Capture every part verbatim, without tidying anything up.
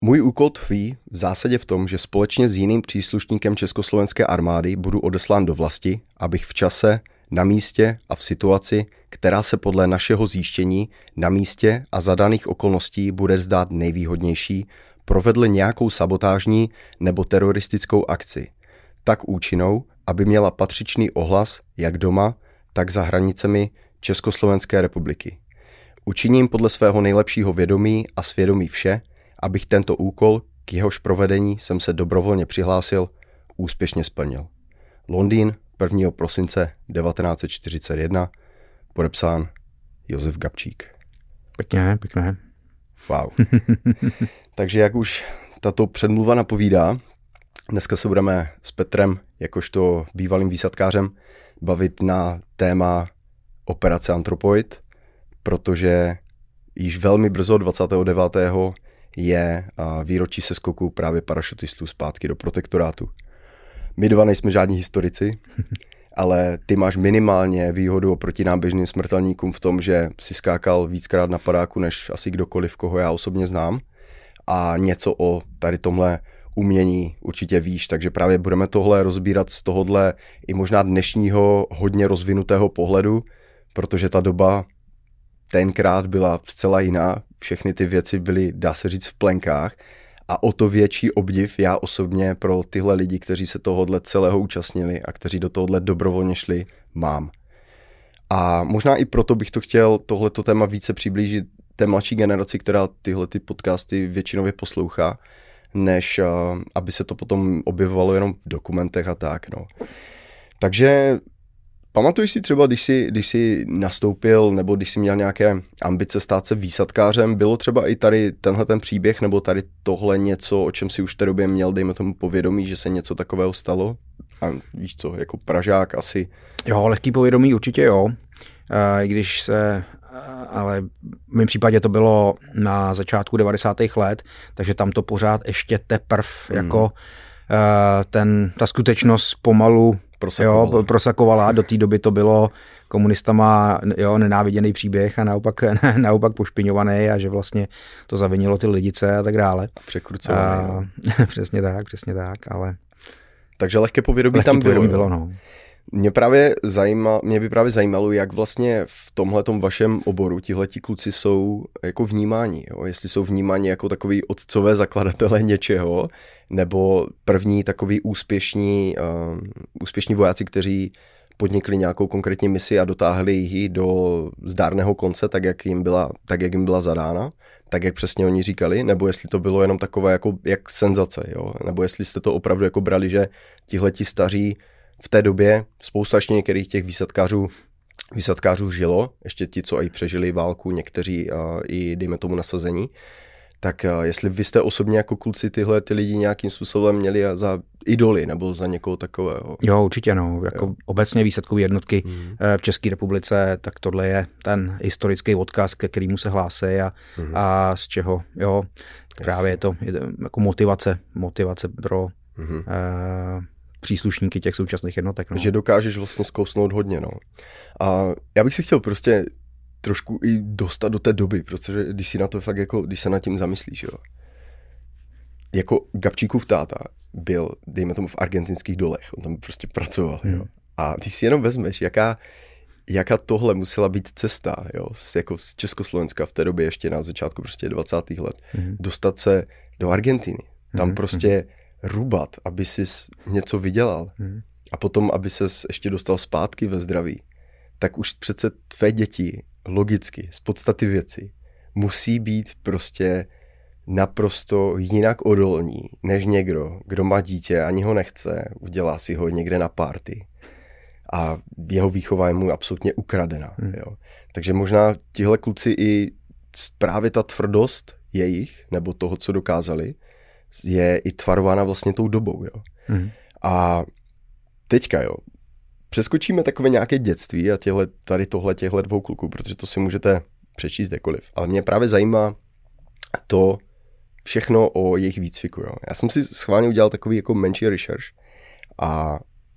Můj úkol tkví v zásadě v tom, že společně s jiným příslušníkem československé armády budu odeslán do vlasti, abych v čase, na místě a v situaci, která se podle našeho zjištění na místě a za daných okolností bude zdát nejvýhodnější, provedl nějakou sabotážní nebo teroristickou akci, tak účinnou, aby měla patřičný ohlas jak doma, tak za hranicemi Československé republiky. Učiním podle svého nejlepšího vědomí a svědomí vše, abych tento úkol, k jehož provedení jsem se dobrovolně přihlásil, úspěšně splnil. Londýn, prvního prosince devatenáct set čtyřicet jedna, podepsán Josef Gabčík. Pěkně, pěkně. Wow. Takže jak už tato předmluva napovídá, dneska se budeme s Petrem, jakožto bývalým výsadkářem, bavit na téma operace Anthropoid, protože již velmi brzo dvacátého devátého je výročí seskoku právě parašutistů zpátky do protektorátu. My dva nejsme žádní historici, ale ty máš minimálně výhodu oproti nám běžným smrtelníkům v tom, že si skákal víckrát na padáku než asi kdokoliv, koho já osobně znám, a něco o tady tomhle umění určitě víš, takže právě budeme tohle rozbírat z tohohle i možná dnešního hodně rozvinutého pohledu, protože ta doba tenkrát byla zcela jiná, všechny ty věci byly, dá se říct, v plenkách, a o to větší obdiv já osobně pro tyhle lidi, kteří se tohohle celého účastnili a kteří do tohohle dobrovolně šli, mám. A možná i proto bych to chtěl tohleto téma více přiblížit té mladší generaci, která tyhle ty podcasty většinově poslouchá, než uh, aby se to potom objevovalo jenom v dokumentech a tak. No. Takže pamatuješ si třeba, když jsi, když jsi nastoupil nebo když jsi měl nějaké ambice stát se výsadkářem, bylo třeba i tady tenhle ten příběh nebo tady tohle něco, o čem si už v té době měl, dejme tomu povědomí, že se něco takového stalo? A víš co, jako Pražák asi. Jo, lehký povědomí určitě jo, i když se, ale v mém případě to bylo na začátku devadesátých let, takže tam to pořád ještě teprv hmm. jako ten, ta skutečnost pomalu prosakovala. Jo, prosakovala. Do té doby to bylo komunistama, jo, nenáviděný příběh a naopak, naopak pošpiňovaný a že vlastně to zavinilo ty lidice a tak dále. Překrucovaný. Přesně tak, přesně tak, ale... Takže lehké povědomí lehké tam povědomí bylo. bylo no. Mě, právě zajímal, mě by právě zajímalo, jak vlastně v tomhletom vašem oboru tihleti kluci jsou jako vnímáni. Jo? Jestli jsou vnímáni jako takový otcové zakladatelé něčeho, nebo první takový úspěšní, uh, úspěšní vojáci, kteří podnikli nějakou konkrétní misi a dotáhli ji do zdárného konce, tak jak jim byla, tak jak jim byla zadána, tak jak přesně oni říkali, nebo jestli to bylo jenom takové jako jak senzace, jo? Nebo jestli jste to opravdu jako brali, že tihleti staří v té době spousta ještě některých těch výsadkářů, výsadkářů žilo, ještě ti, co i přežili válku, někteří uh, i dejme tomu nasazení, tak uh, jestli vy jste osobně jako kluci tyhle ty lidi nějakým způsobem měli za idoly nebo za někoho takového? Jo, určitě no, jako jo. Obecně výsadkové jednotky hmm. v České republice, tak tohle je ten historický odkaz, ke kterému se hlásí a, hmm. a z čeho, jo, právě je to je jako motivace, motivace pro hmm. uh, příslušníky těch současných jednotek. No. Že dokážeš vlastně zkousnout hodně. No. A já bych si chtěl prostě trošku i dostat do té doby, protože když si na to fakt jako, když se nad tím zamyslíš, jo. Jako Gabčíkův táta byl, dejme tomu, v argentinských dolech, on tam prostě pracoval, hmm. jo. A když si jenom vezmeš, jaká, jaká tohle musela být cesta, jo, z, jako z Československa v té době ještě na začátku prostě dvacátých let, hmm. dostat se do Argentiny, tam hmm. prostě rubat, aby si něco vydělal hmm. a potom, aby ses ještě dostal zpátky ve zdraví, tak už přece tvé děti logicky, z podstaty věci, musí být prostě naprosto jinak odolní, než někdo, kdo má dítě, ani ho nechce, udělá si ho někde na party a jeho výchova je mu absolutně ukradená. Hmm. Jo. Takže možná tihle kluci i právě ta tvrdost jejich, nebo toho, co dokázali, je i tvarována vlastně tou dobou. Jo. Hmm. A teďka, jo, přeskočíme takové nějaké dětství a těhle, tady tohle těchhle dvou kluků, protože to si můžete přečíst kdekoliv. Ale mě právě zajímá to všechno o jejich výcviku. Jo. Já jsem si schválně udělal takový jako menší research a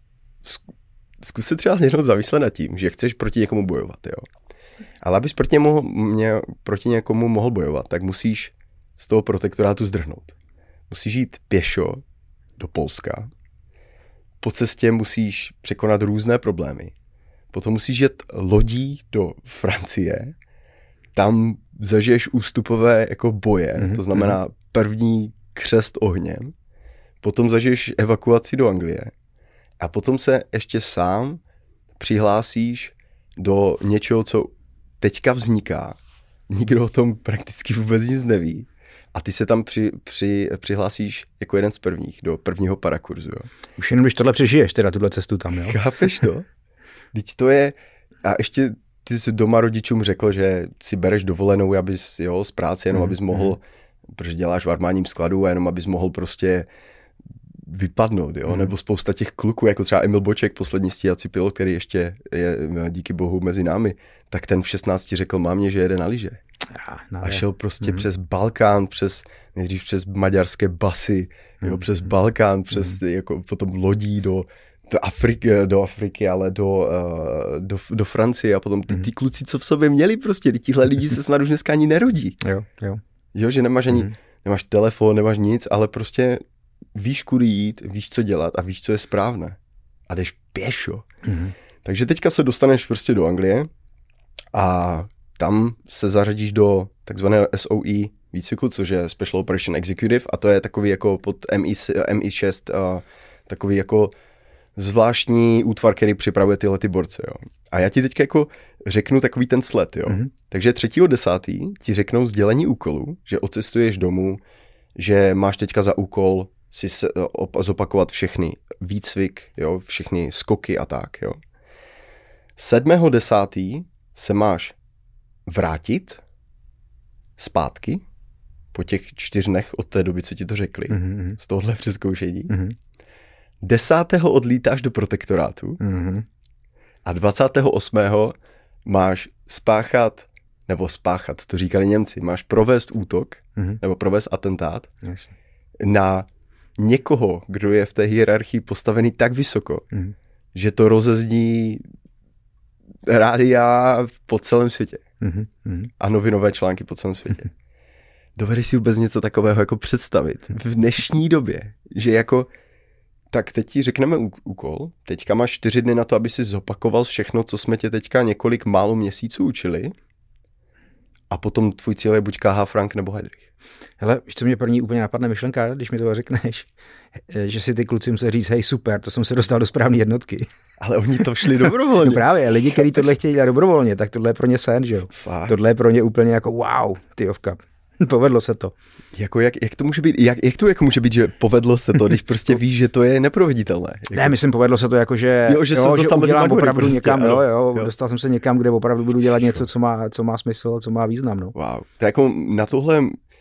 zkus se třeba někdo zamyslet nad tím, že chceš proti někomu bojovat. Jo. Ale abys proti někomu, mě, proti někomu mohl bojovat, tak musíš z toho protektorátu zdrhnout. Musíš jít pěšo do Polska, po cestě musíš překonat různé problémy, potom musíš jet lodí do Francie, tam zažiješ ústupové jako boje, mm-hmm. to znamená první křest ohněm, potom zažiješ evakuaci do Anglie a potom se ještě sám přihlásíš do něčeho, co teďka vzniká. Nikdo o tom prakticky vůbec nic neví. A ty se tam při, při, přihlásíš jako jeden z prvních do prvního parakurzu. Jo. Už jenom když tohle přežiješ, teda tuhle cestu tam, jo? Chápeš to? Teď to je... A ještě ty jsi doma rodičům řekl, že si bereš dovolenou, abys, jo, z práce, jenom mm, abys mohl, mm. protože děláš v armádním skladu a jenom abys mohl prostě vypadnout, jo, mm. nebo spousta těch kluků, jako třeba Emil Boček, poslední stíhací pilot, který ještě je díky bohu mezi námi, tak ten v šestnácti řekl mámě, že jede na lyže. A, a šel prostě mm. přes Balkán, přes, nejdřív přes maďarské basy, mm. jo, přes Balkán, přes mm. jako potom lodí do, do, Afriky, do Afriky, ale do, uh, do, do Francie a potom ty, ty kluci, co v sobě měli prostě, tihle lidi se snad už dneska ani nerodí. Jo, jo. Jo, že nemáš ani, mm. nemáš telefon, nemáš nic, ale prostě víš, kudy jít, víš, co dělat a víš, co je správné. A jdeš pěšo. Mm. Takže teďka se dostaneš prostě do Anglie a tam se zařadíš do takzvaného S O E výcviku, což je Special Operation Executive, a to je takový jako pod M I šest, uh, takový jako zvláštní útvar, který připravuje tyhle ty borce. Jo. A já ti teď jako řeknu takový ten sled. Jo. Mm-hmm. Takže třetího desátého ti řeknou sdělení úkolu, že odcestuješ domů, že máš teďka za úkol si se, op, zopakovat všechny výcvik, jo, všechny skoky a tak. Jo. sedmého desátého se máš vrátit zpátky po těch čtyř dnech od té doby, co ti to řekli, mm-hmm. z tohohle přezkoušení. Mm-hmm. Desátého odlítáš do protektorátu mm-hmm. a dvacátého osmého máš spáchat, nebo spáchat, to říkali Němci, máš provést útok, mm-hmm. nebo provést atentát yes. na někoho, kdo je v té hierarchii postavený tak vysoko, mm-hmm. že to rozezní rádia po celém světě. Mm-hmm. A novinové články po celém světě. Mm-hmm. Dovedeš si vůbec něco takového jako představit v dnešní době, že jako tak teď ti řekneme úkol, teďka máš čtyři dny na to, aby si zopakoval všechno, co jsme tě teďka několik málo měsíců učili, a potom tvůj cíl je buď K H Frank nebo Heydrich. Hele, víš, co mě první úplně napadne myšlenka, když mi to řekneš, že si ty kluci musí říct, hej super, to jsem se dostal do správné jednotky. Ale oni to šli dobrovolně. No právě, lidi, kteří tohle chtějí dělat dobrovolně, tak tohle je pro ně sen, že jo. Fakt. Tohle je pro ně úplně jako wow, tyjovka. Povedlo se to. Jako jak, jak to může být, jak, jak to jako může být, že povedlo se to, když prostě víš, že to je neproveditelné? Jako... Ne, myslím, povedlo se to jako, že, jo, že, jo, že udělám opravdu prostě, někam, jo, jo, jo, dostal jsem se někam, kde opravdu budu dělat něco, co má, co má smysl, co má význam. No. Wow, to jako na tohle,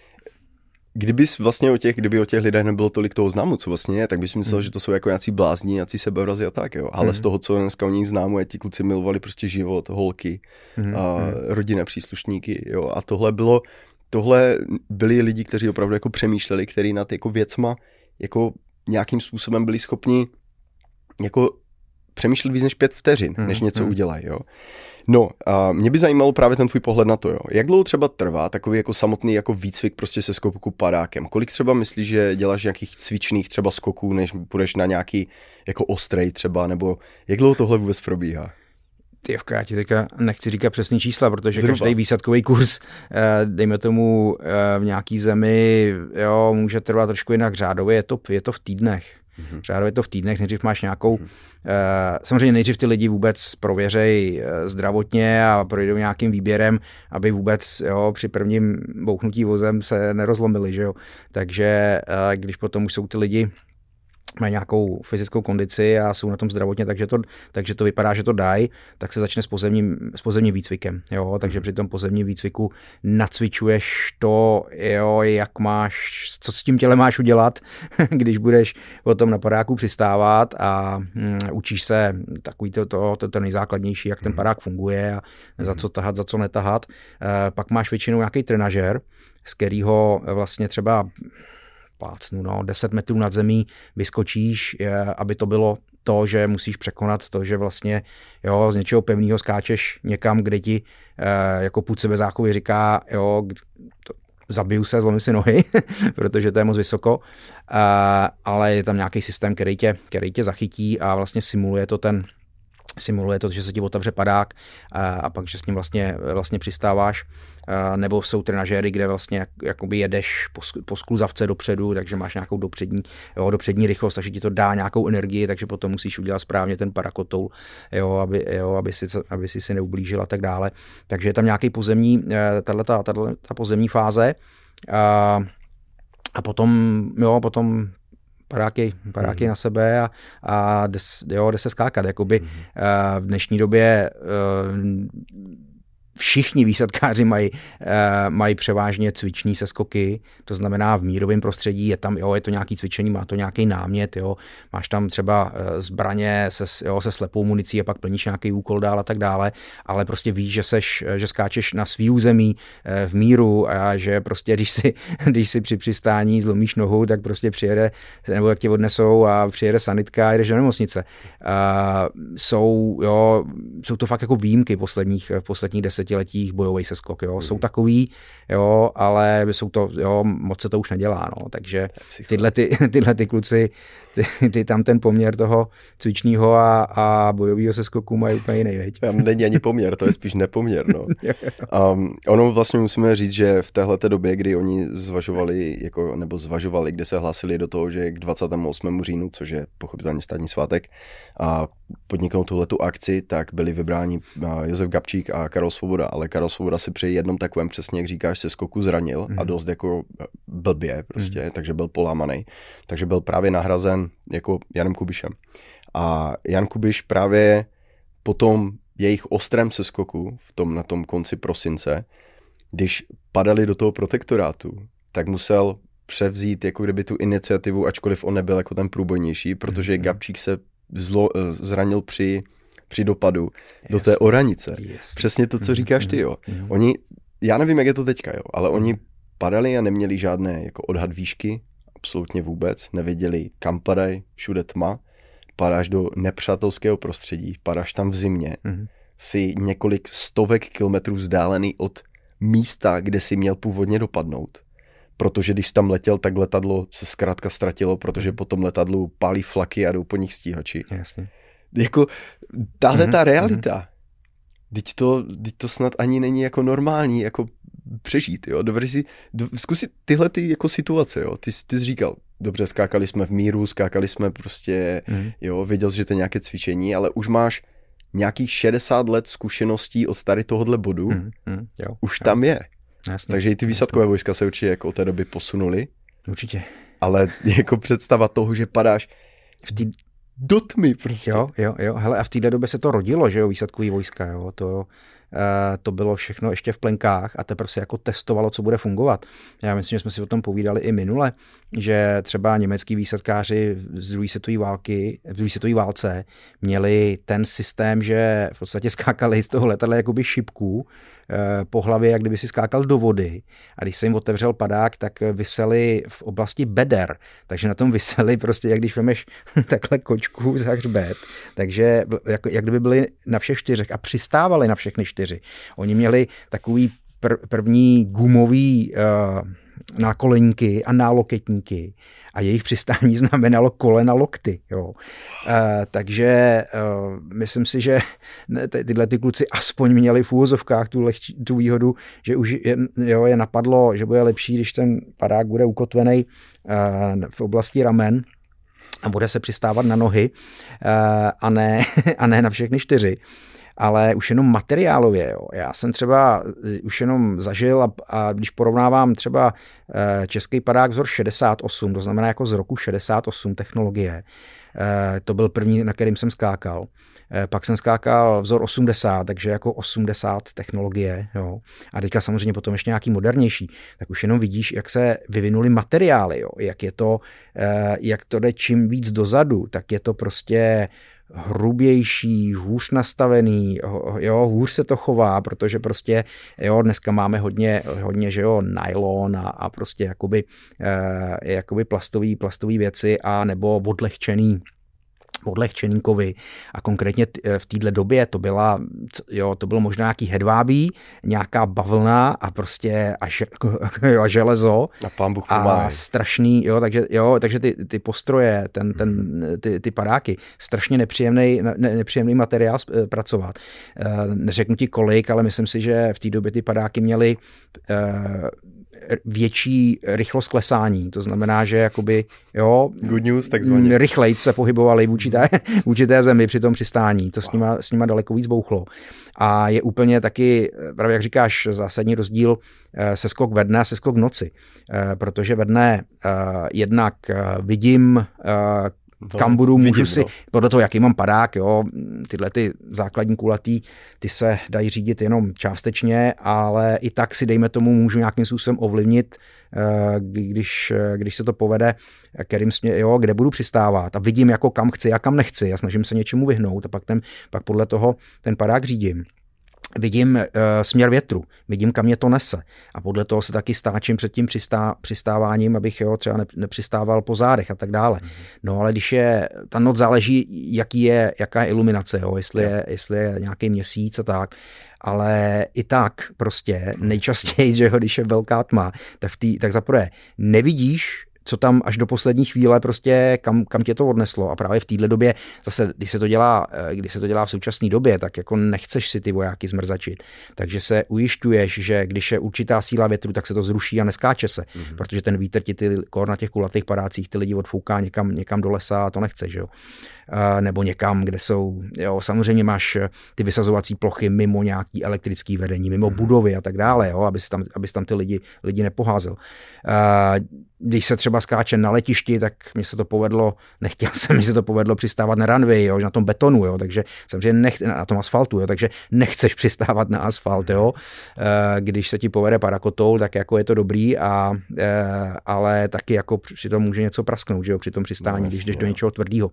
kdybys vlastně o těch, kdyby o těch lidech nebylo tolik toho známu, co vlastně je, tak bys myslel, hmm. že to jsou jako nějací blázni, nějací sebevrazi a tak, jo. Ale hmm. z toho, co dneska o nich známo, je, ti kluci milovali prostě život, holky, hmm. a rodinné příslušníky, jo. A tohle bylo Tohle byli lidi, kteří opravdu jako přemýšleli, kteří nad jako věcma jako nějakým způsobem byli schopni jako přemýšlet víc než pět vteřin, hmm, než něco hmm. udělají, jo. No, a mě by zajímalo právě ten tvůj pohled na to, jo. Jak dlouho třeba trvá takový jako samotný jako výcvik prostě se skoku padákem? Kolik třeba myslíš, že děláš nějakých cvičných třeba skoků, než půjdeš na nějaký jako ostrej třeba, nebo jak dlouho tohle vůbec probíhá? Tyjovka, já ti teďka nechci říkat přesný čísla, protože Zhruba. každý výsadkový kurz, dejme tomu v nějaký zemi, jo, může trvat trošku jinak. Řádově je to, je to v týdnech. Mm-hmm. Řádově je to v týdnech, nejdřív máš nějakou, mm-hmm. samozřejmě nejdřív ty lidi vůbec prověřej zdravotně a projdou nějakým výběrem, aby vůbec, jo, při prvním bouchnutí vozem se nerozlomili, že jo. Takže když potom už jsou ty lidi mají nějakou fyzickou kondici a jsou na tom zdravotně, takže to, takže to vypadá, že to dají, tak se začne s pozemním, s pozemním výcvikem. Jo? Takže při tom pozemním výcviku nacvičuješ to, jo, jak máš, co s tím tělem máš udělat, když budeš potom na padáku přistávat a hm, učíš se takový to, to, to, to nejzákladnější, jak ten padák funguje a za co tahat, za co netahat. E, pak máš většinou nějaký trenažér, z kterého vlastně třeba plácnu, no, deset metrů nad zemí vyskočíš, aby to bylo to, že musíš překonat to, že vlastně, jo, z něčeho pevného skáčeš někam, kde ti jako půd sebezáchovy říká, jo, to, zabiju se, zlomím si nohy, protože to je moc vysoko, ale je tam nějaký systém, který tě, který tě zachytí a vlastně simuluje to ten simuluje to, že se ti otevře padák a, a pak, že s ním vlastně, vlastně přistáváš, a, nebo jsou trenažéry, kde vlastně jak, jakoby jedeš po, po skluzavce dopředu, takže máš nějakou dopřední, jo, dopřední rychlost, takže ti to dá nějakou energii, takže potom musíš udělat správně ten parakotoul, jo, aby, jo, aby, si, aby si si neublížil a tak dále. Takže je tam nějaký pozemní, tato, tato, ta pozemní fáze a, a potom, jo, potom padáky, padáky mm. na sebe a, a des, jo, jde se skákat. Jakoby, mm. uh, v dnešní době uh, všichni výsadkáři mají, uh, mají převážně cviční seskoky, to znamená v mírovém prostředí je tam, jo, je to nějaký cvičení, má to nějaký námět, jo, máš tam třeba uh, zbraně se, jo, se slepou municí a pak plníš nějaký úkol dál a tak dále, ale prostě víš, že, seš, že skáčeš na svý území uh, v míru a že prostě když si, když si při přistání zlomíš nohu, tak prostě přijede, nebo jak tě odnesou a přijede sanitka a jdeš do nemocnice. Uh, jsou, jo, jsou to fakt jako výjimky posledních, v posledních deset desetiletích bojový seskok, jo. Jsou takový, jo, ale jsou to, jo, moc se to už nedělá, no, takže tyhle ty, tyhle ty kluci, ty, ty tam ten poměr toho cvičního a, a bojového seskoku mají úplně jiný, veď. Tam není ani poměr, to je spíš nepoměr, no. Um, ono vlastně musíme říct, že v téhleté době, kdy oni zvažovali, jako, nebo zvažovali, kde se hlásili do toho, že k dvacátému osmému říjnu, což je pochopitelně státní svátek, a podniknout tuhletu akci, tak byli vybráni Josef Gabčík a Karol Svoboda, ale Karol Svoboda si při jednom takovém, přesně jak říkáš, se skoku zranil mm. a dost jako blbě prostě, mm. takže byl polámaný, takže byl právě nahrazen jako Janem Kubišem. A Jan Kubiš právě po tom jejich ostrém seskoku v tom, na tom konci prosince, když padali do toho protektorátu, tak musel převzít jako kdyby tu iniciativu, ačkoliv on nebyl jako ten průbojnější, protože mm. Gabčík se zlo, zranil při, při dopadu yes. do té oranice. Yes. Přesně to, co říkáš ty, jo. Mm. Oni, já nevím, jak je to teďka, jo, ale oni padali a neměli žádné jako odhad výšky, absolutně vůbec, nevěděli, kam padají, všude tma, padáš do nepřátelského prostředí, padáš tam v zimě, mm. si několik stovek kilometrů vzdálený od místa, kde si měl původně dopadnout. Protože když jsi tam letěl, tak letadlo se zkrátka ztratilo, protože po tom letadlu pálí flaky a jdou po nich stíhači. Jasně. Jako tahle mm-hmm. ta realita, teď to, teď to snad ani není jako normální, jako přežít, jo. Dobře si, do, zkusit tyhle ty jako situace, jo. Ty, ty jsi říkal, dobře, skákali jsme v míru, skákali jsme prostě, mm-hmm. jo, věděl jsi, že to je nějaké cvičení, ale už máš nějakých šedesát let zkušeností od tady tohohle bodu, mm-hmm. jo, už jo. tam je. Jasně, takže i ty výsadkové jasně. vojska se určitě jako od té doby posunuly. Určitě. Ale jako představa toho, že padáš v tý... do tmy prostě. Jo, jo, jo. Hele, a v téhle době se to rodilo, že jo, výsadkový vojska, jo. To, uh, to bylo všechno ještě v plenkách a teprve se jako testovalo, co bude fungovat. Já myslím, že jsme si o tom povídali i minule, že třeba německý výsadkáři z druhé světové války, v druhé světové válce měli ten systém, že v podstatě skákali z toho letadla jakoby šipků po hlavě, jak kdyby si skákal do vody. A když se jim otevřel padák, tak viseli v oblasti beder. Takže na tom viseli prostě, jak když vemeš takhle kočku za hřbet. Takže jak, jak kdyby byli na všech čtyřech a přistávali na všechny čtyři. Oni měli takový pr- první gumový uh, nákoleníky a náloketníky a jejich přistání znamenalo kolena lokty. Jo. Uh, takže uh, myslím si, že ty, tyhle ty kluci aspoň měli v úvozovkách tu, lehčí, tu výhodu, že už je, jo, je napadlo, že bude lepší, když ten padák bude ukotvený uh, v oblasti ramen a bude se přistávat na nohy uh, a, ne, a ne na všechny čtyři. Ale už jenom materiálově. Jo. Já jsem třeba už jenom zažil a, a když porovnávám třeba e, český padák vzor šedesát osm, to znamená jako z roku šedesát osm technologie, e, to byl první, na kterým jsem skákal. E, pak jsem skákal vzor osmdesát, takže jako osmdesát technologie. Jo. A teďka samozřejmě potom ještě nějaký modernější. Tak už jenom vidíš, jak se vyvinuly materiály, jo. Jak je to, e, jak to jde čím víc dozadu, tak je to prostě hrubější, hůř nastavený, jo, hůř se to chová, protože prostě, jo, dneska máme hodně, hodně, že jo, nylon a, a prostě jakoby, eh, jakoby plastový, plastový věci a nebo odlehčený odleh Čenínkovi a konkrétně v téhle době to byla, jo, to bylo možná nějaký hedvábí, nějaká bavlna a prostě a, ž, jo, a železo a, pán Bůh a strašný, jo, takže, jo, takže ty, ty postroje, ten, ten, ty, ty padáky, strašně nepříjemný, ne, nepříjemný materiál pracovat. Neřeknu ti kolik, ale myslím si, že v té době ty padáky měly větší rychlost klesání. To znamená, že jakoby, jo, good news, takzvaně. Rychlejc se pohybovali vůči té, vůči té zemi při tom přistání. To wow. s, nima, s nima daleko víc bouchlo. A je úplně taky, právě jak říkáš, zásadní rozdíl se skok ve dne a se skok v noci. Protože ve dne jednak vidím, kam budu, můžu vidím, si, no. podle toho, jaký mám padák, jo, tyhle ty základní kulatý, ty se dají řídit jenom částečně, ale i tak si, dejme tomu, můžu nějakým způsobem ovlivnit, když, když se to povede, kterým smě, jo, kde budu přistávat a vidím, jako kam chci a kam nechci a snažím se něčemu vyhnout a pak, ten, pak podle toho ten padák řídím. Vidím uh, směr větru, vidím, kam mě to nese a podle toho se taky stáčím před tím přistá, přistáváním, abych jo, třeba ne, nepřistával po zádech a tak dále. No ale když je, ta noc záleží, jaký je, jaká je iluminace, jo, jestli, je, jestli je nějaký měsíc a tak, ale i tak prostě nejčastěji, že jo, když je velká tma, tak, v tý, tak zaprvé nevidíš, co tam až do poslední chvíle prostě, kam, kam tě to odneslo. A právě v téhle době, zase, když se to dělá, když se to dělá v současné době, tak jako nechceš si ty vojáky zmrzačit. Takže se ujišťuješ, že když je určitá síla větru, tak se to zruší a neskáče se. Mm-hmm. Protože ten vítr ti ty kor na těch kulatých padácích ty lidi odfouká někam, někam do lesa a to nechceš, jo. Nebo někam, kde jsou, jo, samozřejmě máš ty vysazovací plochy mimo nějaký elektrický vedení, mimo mm-hmm. budovy a tak dále, jo, aby si tam, aby si tam ty lidi, lidi nepoházel. Když se třeba skáče na letišti, tak mi se to povedlo, nechtěl jsem, mi se to povedlo přistávat na runway, jo, na tom betonu, jo, takže samozřejmě nech, na tom asfaltu, jo, takže nechceš přistávat na asfalt, jo. Když se ti povede parakotoul, tak jako je to dobrý, a, ale taky jako při tom může něco prasknout, že jo, při tom přistání, no, když jdeš do něčeho tvrdýho.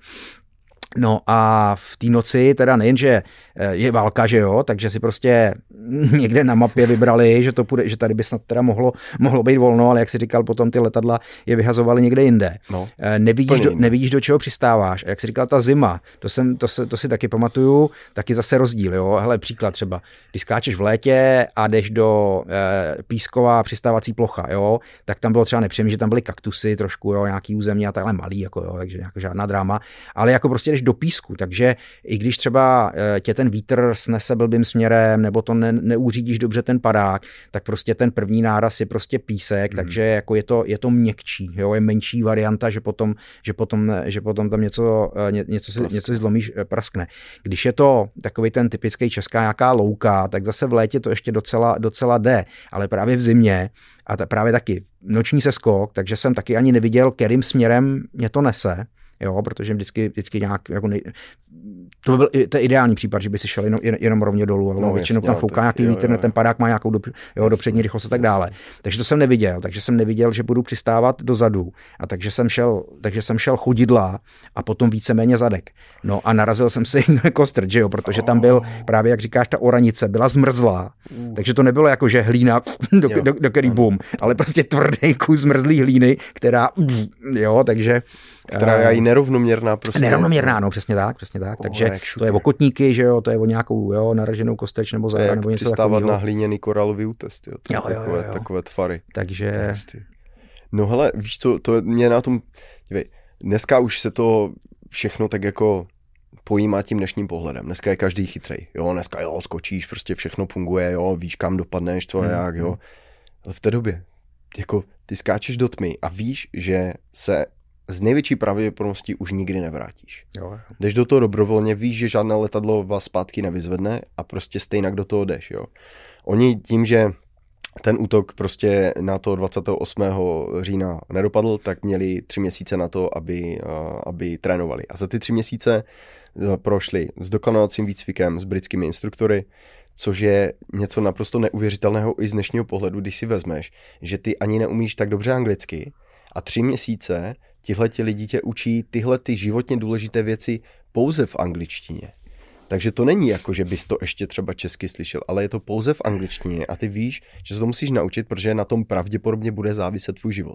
No a v té noci teda nejenže je válka, že jo, takže si prostě někde na mapě vybrali, že to půjde, že tady by snad teda mohlo, mohlo být volno, ale jak si říkal, potom ty letadla je vyhazovali někde jinde. No, nevidíš, do, nevidíš, do čeho přistáváš. A jak si říkal, ta zima, to, jsem, to, se, to si taky pamatuju, taky zase rozdíl, jo. Hele, příklad třeba, když skáčeš v létě a jdeš do e, písková přistávací plocha, jo, tak tam bylo třeba nepříjemné, že tam byly kaktusy trošku, jo, nějaký území a takhle malý, jako jo, takže jako žádná dráma, ale jako prostě do písku, takže i když třeba tě ten vítr snese blbým směrem, nebo to ne, neuřídíš dobře ten padák, tak prostě ten první náraz je prostě písek, mm. takže jako je to, je to měkčí, jo, je menší varianta, že potom, že potom, že potom tam něco, ně, něco, si, něco si zlomíš, praskne. Když je to takový ten typický česká nějaká louka, tak zase v létě to ještě docela, docela jde, ale právě v zimě a ta, právě taky noční seskok, takže jsem taky ani neviděl, kterým směrem mě to nese. Jo, protože vždycky, vždycky nějak, jako nej... to, byl, to je ideální případ, že by si šel jenom, jenom rovně dolů, ale no, většinou jasně, tam fouká nějaký vítr, ten padák má nějakou do, jo, do přední rychlost a tak dále. Takže to jsem neviděl, takže jsem neviděl, že budu přistávat dozadu, a takže jsem šel, takže jsem šel chodidla a potom víceméně zadek. No a narazil jsem si kostr, že jo, protože tam byl právě, jak říkáš, ta oranice byla zmrzlá, takže to nebylo jako, že hlína, do, do, do, do který bum, ale prostě tvrdý kus zmrzlý hlíny, která, jo, takže která je i nerovnoměrná prostě. Nerovnoměrná, no, přesně tak, přesně tak. Oh, takže to je o kotníky, že jo, to je o nějakou, jo, naraženou kostreč nebo záda, nebo něco takového. Přistávat na hliněný koralový útest, jo, jo, jo, takové, jo, jo. takové tvary. Takže... No hele, víš co, to mě na tom, dívej, dneska už se to všechno tak jako pojímá tím dnešním pohledem. Dneska je každý chytrej, jo, dneska jo, skočíš, prostě všechno funguje, jo, víš, kam dopadneš, co a hmm. jak, jo. Ale v té době, jako ty skáčeš do tmy a víš, že se z největší pravděpodobností už nikdy nevrátíš. Jo. Jdeš do toho dobrovolně, víš, že žádné letadlo vás zpátky nevyzvedne a prostě stejnak do toho jdeš. Jo. Oni tím, že ten útok prostě na to dvacátého osmého října nedopadl, tak měli tři měsíce na to, aby, aby trénovali. A za ty tři měsíce prošli s dokonalovacím výcvikem s britskými instruktory, což je něco naprosto neuvěřitelného i z dnešního pohledu, když si vezmeš, že ty ani neumíš tak dobře anglicky a tři měsíce tihleti lidi tě učí tyhle ty životně důležité věci pouze v angličtině. Takže to není jako, že bys to ještě třeba česky slyšel, ale je to pouze v angličtině a ty víš, že se to musíš naučit, protože na tom pravděpodobně bude záviset tvůj život.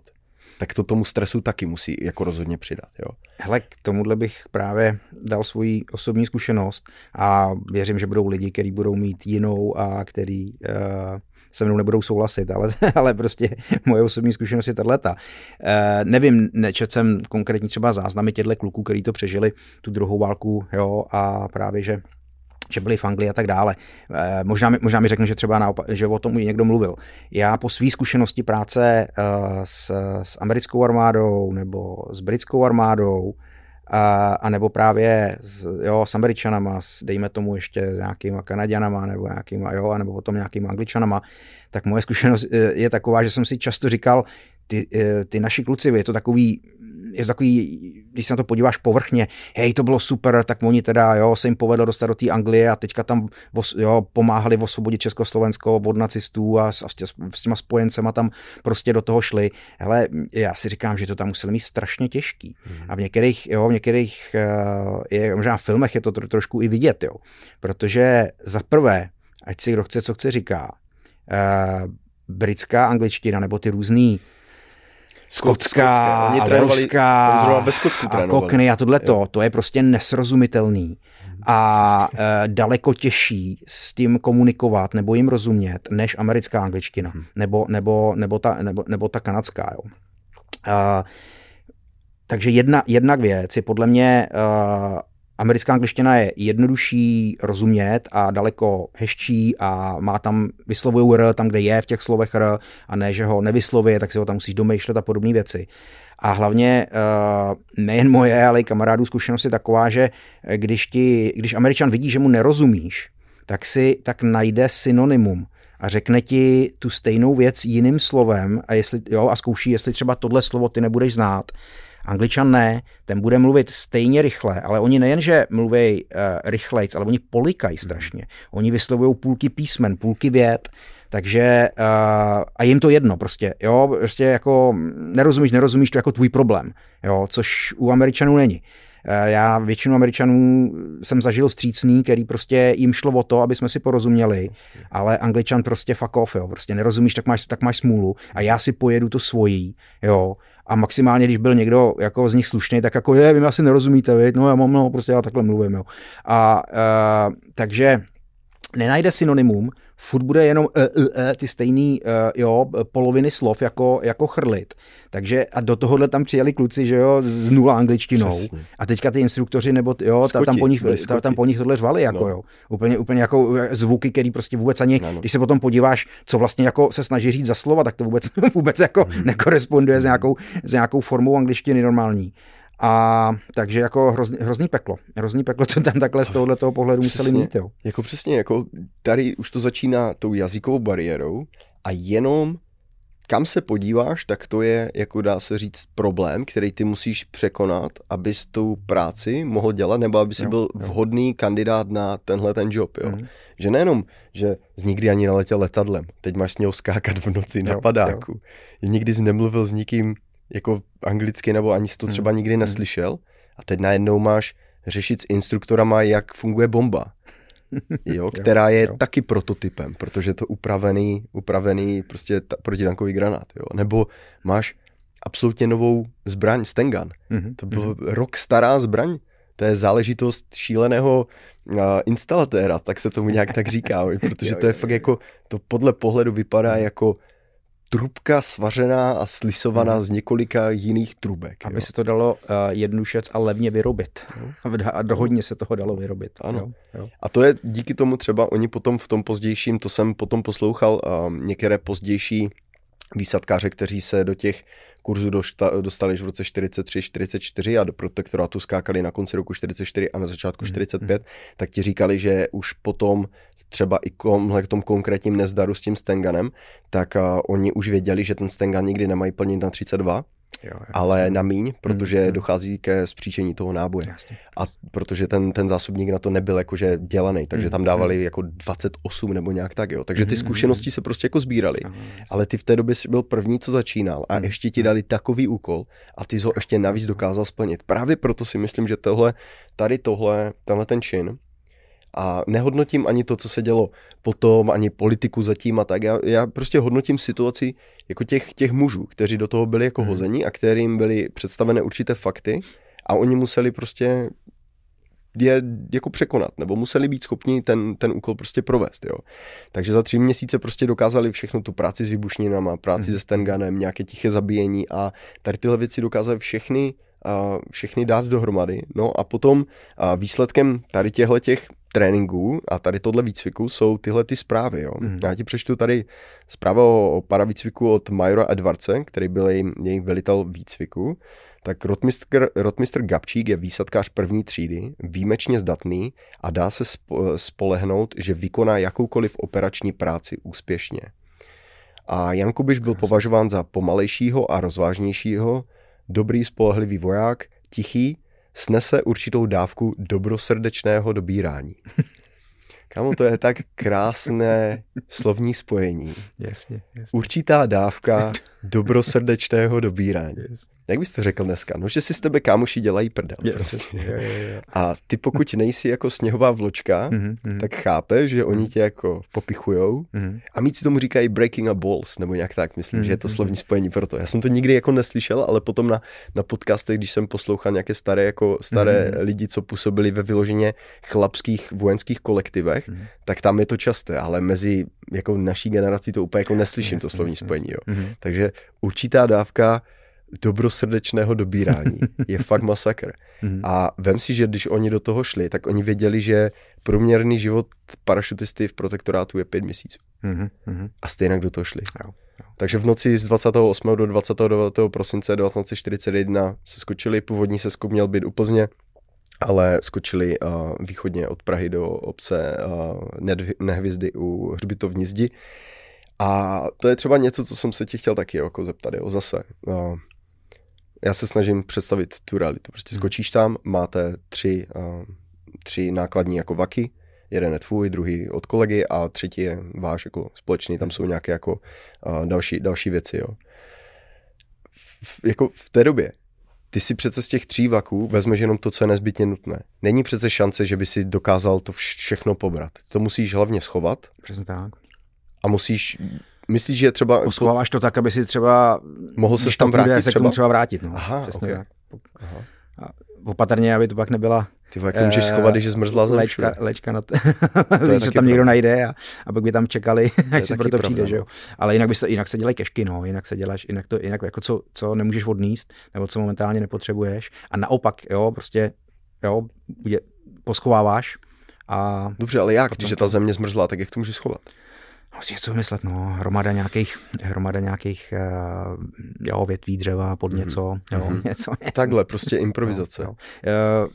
Tak to tomu stresu taky musí jako rozhodně přidat. Jo. Hele, k tomuhle bych právě dal svoji osobní zkušenost a věřím, že budou lidi, kteří budou mít jinou a který uh, se mnou nebudou souhlasit, ale, ale prostě moje osobní zkušenost je tato. Uh, nevím, nečetl jsem konkrétně třeba záznamy těchto kluků, kteří to přežili, tu druhou válku, jo, a právě, že že byli v Anglii a tak dále. E, možná, mi, možná mi řekne, že třeba naopak, že o tom někdo mluvil. Já po své zkušenosti práce e, s, s americkou armádou nebo s britskou armádou a, a nebo právě s, jo, s Američanama, s, dejme tomu ještě nějakýma Kanaďanama nebo nějakýma, jo, a nebo potom nějakýma Angličanama, tak moje zkušenost je taková, že jsem si často říkal, ty, ty naši kluci, je to takový je to takový, když se na to podíváš povrchně, hej, to bylo super, tak oni teda, jo, se jim povedlo dostat do té Anglie a teďka tam, jo, pomáhali osvobodit Československo od nacistů a s, a s těma spojencema tam prostě do toho šli. Hele, já si říkám, že to tam museli mít strašně těžký. Hmm. A v některých, jo, v některých, je, možná v filmech je to tro, trošku i vidět, jo. Protože za prvé, ať si kdo chce, co chce říká, uh, britská angličtina nebo ty různý skotská, welská a kokny a tohleto, to je prostě nesrozumitelný a e, daleko těžší s tím komunikovat nebo jim rozumět, než americká angličtina, hmm. nebo, nebo, nebo, ta, nebo, nebo ta kanadská. Jo. E, takže jedna, jedna věc je podle mě, e, americká angličtina je jednodušší rozumět a daleko hezčí a má tam, vyslovují R tam, kde je v těch slovech R a ne, že ho nevyslovuje, tak si ho tam musíš domýšlet a podobné věci. A hlavně nejen moje, ale i kamarádů zkušenost je taková, že když, ti, když Američan vidí, že mu nerozumíš, tak si tak najde synonymum a řekne ti tu stejnou věc jiným slovem a, jestli, jo, a zkouší, jestli třeba tohle slovo ty nebudeš znát. Angličan ne, ten bude mluvit stejně rychle, ale oni nejenže mluví uh, rychlejc, ale oni polikají strašně. Oni vyslovují půlky písmen, půlky vět, takže uh, a jim to jedno prostě, jo, prostě jako nerozumíš, nerozumíš, to jako tvůj problém, jo, což u Američanů není. Já většinu Američanů jsem zažil vstřícný, který prostě jim šlo o to, aby jsme si porozuměli, ale Angličan prostě fuck off, jo, prostě nerozumíš, tak máš, tak máš smůlu a já si pojedu to svojí, jo. A maximálně, když byl někdo jako z nich slušný, tak jako je, vy mě asi nerozumíte, vy? No já mám, no, prostě já takhle mluvím, jo. A uh, takže nenajde synonymum, furt bude jenom e, e, e, ty stejný e, jo, poloviny slov jako, jako chrlit. Takže a do tohohle tam přijeli kluci, že jo, z nula angličtinou. Přesně. A teďka ty instruktoři, nebo jo, ta, tam, po nich, ta, tam po nich tohle řvali, jako no. jo. Úplně, úplně jako zvuky, který prostě vůbec ani, no, no. když se potom podíváš, co vlastně jako se snaží říct za slova, tak to vůbec, vůbec jako mm. nekoresponduje s nějakou, s nějakou formou angličtiny normální. A takže jako hrozný, hrozný peklo. Hrozný peklo, co tam takhle z tohoto pohledu přesně, museli mít. Jo. Jako přesně, jako tady už to začíná tou jazykovou bariérou a jenom kam se podíváš, tak to je, jako dá se říct, problém, který ty musíš překonat, abys tu práci mohl dělat, nebo aby si jo, byl jo. vhodný kandidát na tenhle ten job. Jo. Mm. Že nejenom, že jsi nikdy ani neletěl letadlem, teď máš s něho skákat v noci jo, na padáku. Jo. Nikdy jsi nemluvil s nikým jako anglicky, nebo ani jsi to třeba nikdy neslyšel a teď najednou máš řešit s instruktorama, jak funguje bomba, jo, která je jo. taky prototypem, protože je to upravený, upravený prostě ta, protitankový granát, jo. Nebo máš absolutně novou zbraň Stengan, mm-hmm. to byl mm-hmm. rok stará zbraň, to je záležitost šíleného uh, instalatéra, tak se tomu nějak tak říká, protože jo, to je jo, fakt jo. jako, to podle pohledu vypadá jako trubka svařená a slisovaná hmm. z několika jiných trubek. Aby jo. se to dalo uh, jednodušec a levně vyrobit. No. A dohodně se toho dalo vyrobit. Ano. Jo. Jo. A to je díky tomu třeba oni potom v tom pozdějším, to jsem potom poslouchal, uh, některé pozdější výsadkáře, kteří se do těch kurzů dostali v roce čtyřicet tři čtyřicet čtyři a do protektorátu skákali na konci roku čtyřicet čtyři a na začátku čtyřicet pět, mm. tak ti říkali, že už potom třeba i k tom konkrétním nezdaru s tím Stenganem, tak uh, oni už věděli, že ten Stengan nikdy nemají plnit na třicet dva, jo, ale jasný. na míň, protože mm. dochází ke zpříčení toho náboje. Jasný. A protože ten, ten zásobník na to nebyl jakože dělaný, takže mm. tam dávali jako dvacet osm nebo nějak tak, jo. Takže ty zkušenosti se prostě jako sbíraly. Ale ty v té době jsi byl první, co začínal a ještě ti dali takový úkol a ty jsi ho ještě navíc dokázal splnit. Právě proto si myslím, že tohle, tady tohle, tenhle ten čin A nehodnotím ani to, co se dělo potom, ani politiku zatím a tak. Já, já prostě hodnotím situaci jako těch, těch mužů, kteří do toho byli jako hmm. hození a kterým byly představené určité fakty a oni museli prostě je jako překonat, nebo museli být schopni ten, ten úkol prostě provést, jo. Takže za tři měsíce prostě dokázali všechno tu práci s výbušninama, práci mm. se Stenganem, nějaké tiché zabíjení a tady tyhle věci dokázali všechny, uh, všechny dát dohromady. No a potom uh, výsledkem tady těchto těch tréninků a tady tohle výcviku jsou tyhle ty zprávy, jo. Mm. Já ti přečtu tady zprávu o, o paravýcviku od majora Edwardse, který byl její, její velitel výcviku. Tak rotmistr, rotmistr Gabčík je výsadkář první třídy, výjimečně zdatný a dá se spolehnout, že vykoná jakoukoliv operační práci úspěšně. A Jan Kubiš byl považován za pomalejšího a rozvážnějšího, dobrý spolehlivý voják, tichý, snese určitou dávku dobrosrdečného dobírání. Kámo, to je tak krásné slovní spojení. Jasně, jasně. Určitá dávka dobrosrdečného dobírání. Jasně. Jak bys to řekl dneska? No, že si z tebe kámoši dělají prdel. Prostě. Jo, jo, jo. A ty pokud nejsi jako sněhová vločka, mm-hmm, mm-hmm. tak chápeš, že oni tě jako popichujou. Mm-hmm. A mí si tomu říkají breaking a balls, nebo nějak tak. Myslím, mm-hmm. že je to slovní spojení pro to. Já jsem to nikdy jako neslyšel, ale potom na, na podcastech, když jsem poslouchal nějaké staré, jako staré mm-hmm. lidi, co působili ve vyloženě chlapských vojenských kolektivech, mm-hmm. tak tam je to časté, ale mezi jako naší generací to úplně jako neslyším, jasně, to slovní jasně, spojení. Jo. Mm-hmm. Takže určitá dávka dobrosrdečného dobírání je fakt masakr. Mm-hmm. A vem si, že když oni do toho šli, tak oni věděli, že průměrný život parašutisty v protektorátu je pět měsíců. Mm-hmm. A stejně do toho šli. Jo, jo. Takže v noci z dvacátého osmého do dvacátého devátého prosince devatenáct set čtyřicet jedna se skočili, původní seskok měl být u Plzně, ale skočili uh, východně od Prahy do obce uh, Nehvězdy u hřbitovní zdi. A to je třeba něco, co jsem se tě chtěl taky jako zeptat, jo, zase. Uh, já se snažím představit tu realitu. Prostě skočíš tam, máte tři, uh, tři nákladní jako vaky, jeden je tvůj, druhý od kolegy a třetí je váš jako společný, tam jsou nějaké jako uh, další, další věci, jo. V, jako v té době ty si přece z těch tří vaků vezmeš jenom to, co je nezbytně nutné. Není přece šance, že by si dokázal to všechno pobrat. To musíš hlavně schovat. Přesně tak. A musíš, myslíš, že třeba... Poschováváš to tak, aby si třeba... Mohl se tam vrátit se třeba? třeba vrátit, no. Aha, přesně okay. tak. Aha. A opatrně, aby to pak nebyla... Ty jak to můžeš schovat, když je zmrzlá zem léčka, léčka na to, že tam někdo pravda. Najde a, a pak by tam čekali, až se proto přijde, že jo. Ale jinak, bys to, jinak se dělají kešky, no, jinak se děláš, jinak to, jinak jako co, co nemůžeš odníst, nebo co momentálně nepotřebuješ a naopak, jo, prostě, jo, poschováváš a... Dobře, ale jak, když je ta země zmrzlá, tak jak to můžeš schovat? Musíš co vymyslet, no, hromada nějakých, hromada nějakých, uh, jo, větví dřeva pod něco, mm-hmm. jo, něco, něco. Takhle, prostě improvizace. No, jo. Uh,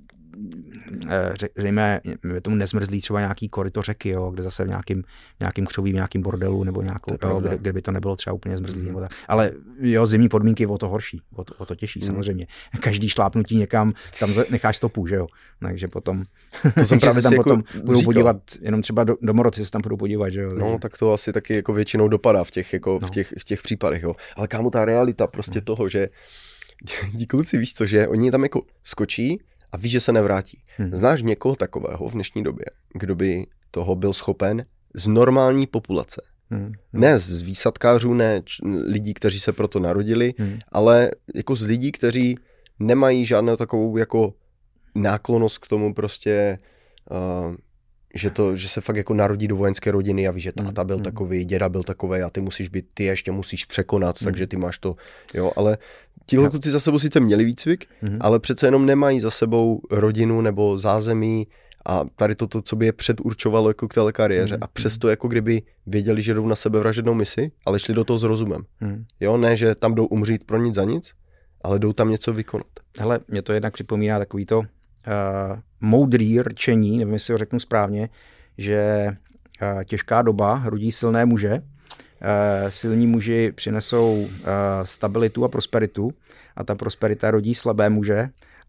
řekněme, tomu nezmrzlý třeba nějaký koryto řeky, jo, kde zase v nějakým, nějakým křovím, nějakým bordelu, nebo nějakou, jo, kde, kde by to nebylo třeba úplně zmrzlý. Mm. Nebo tak. Ale jo, zimní podmínky o to horší, o to, o to těžší mm. samozřejmě. Každý šlápnutí někam, tam necháš stopu, že jo. Takže potom, to jsem právě se tam jako potom budou říkal. podívat, jenom třeba do, domorodci se tam budou podívat, že jo. No, takže... tak to asi taky jako většinou dopadá v těch, jako, no. v těch, v těch případech, jo. Ale kámo, ta realita prostě no. toho, že ti kluci, víš co, že oni tam jako skočí a víš, že se nevrátí. Hmm. Znáš někoho takového v dnešní době, kdo by toho byl schopen z normální populace? Hmm. Ne z výsadkářů, ne č- lidí, kteří se proto narodili, hmm. ale jako z lidí, kteří nemají žádnou takovou jako náklonost k tomu prostě, uh, že, to, že se fakt jako narodí do vojenské rodiny a ví, že táta byl hmm. takový, děda byl takový a ty musíš být, ty ještě musíš překonat, hmm. takže ty máš to, jo, ale tihle kluci za sebou sice měli výcvik, hmm. ale přece jenom nemají za sebou rodinu nebo zázemí a tady toto, co by je předurčovalo jako k té kariéře hmm. a přesto jako kdyby věděli, že jdou na sebevražednou misi, ale šli do toho s rozumem. Hmm. Jo, ne, že tam jdou umřít pro nic za nic, ale jdou tam něco vykonat. Hele, mě to jednak připomíná takový to Uh, moudrý rčení, nevím, jestli ho řeknu správně, že uh, těžká doba rodí silné muže, uh, silní muži přinesou uh, stabilitu a prosperitu a ta prosperita rodí slabé muže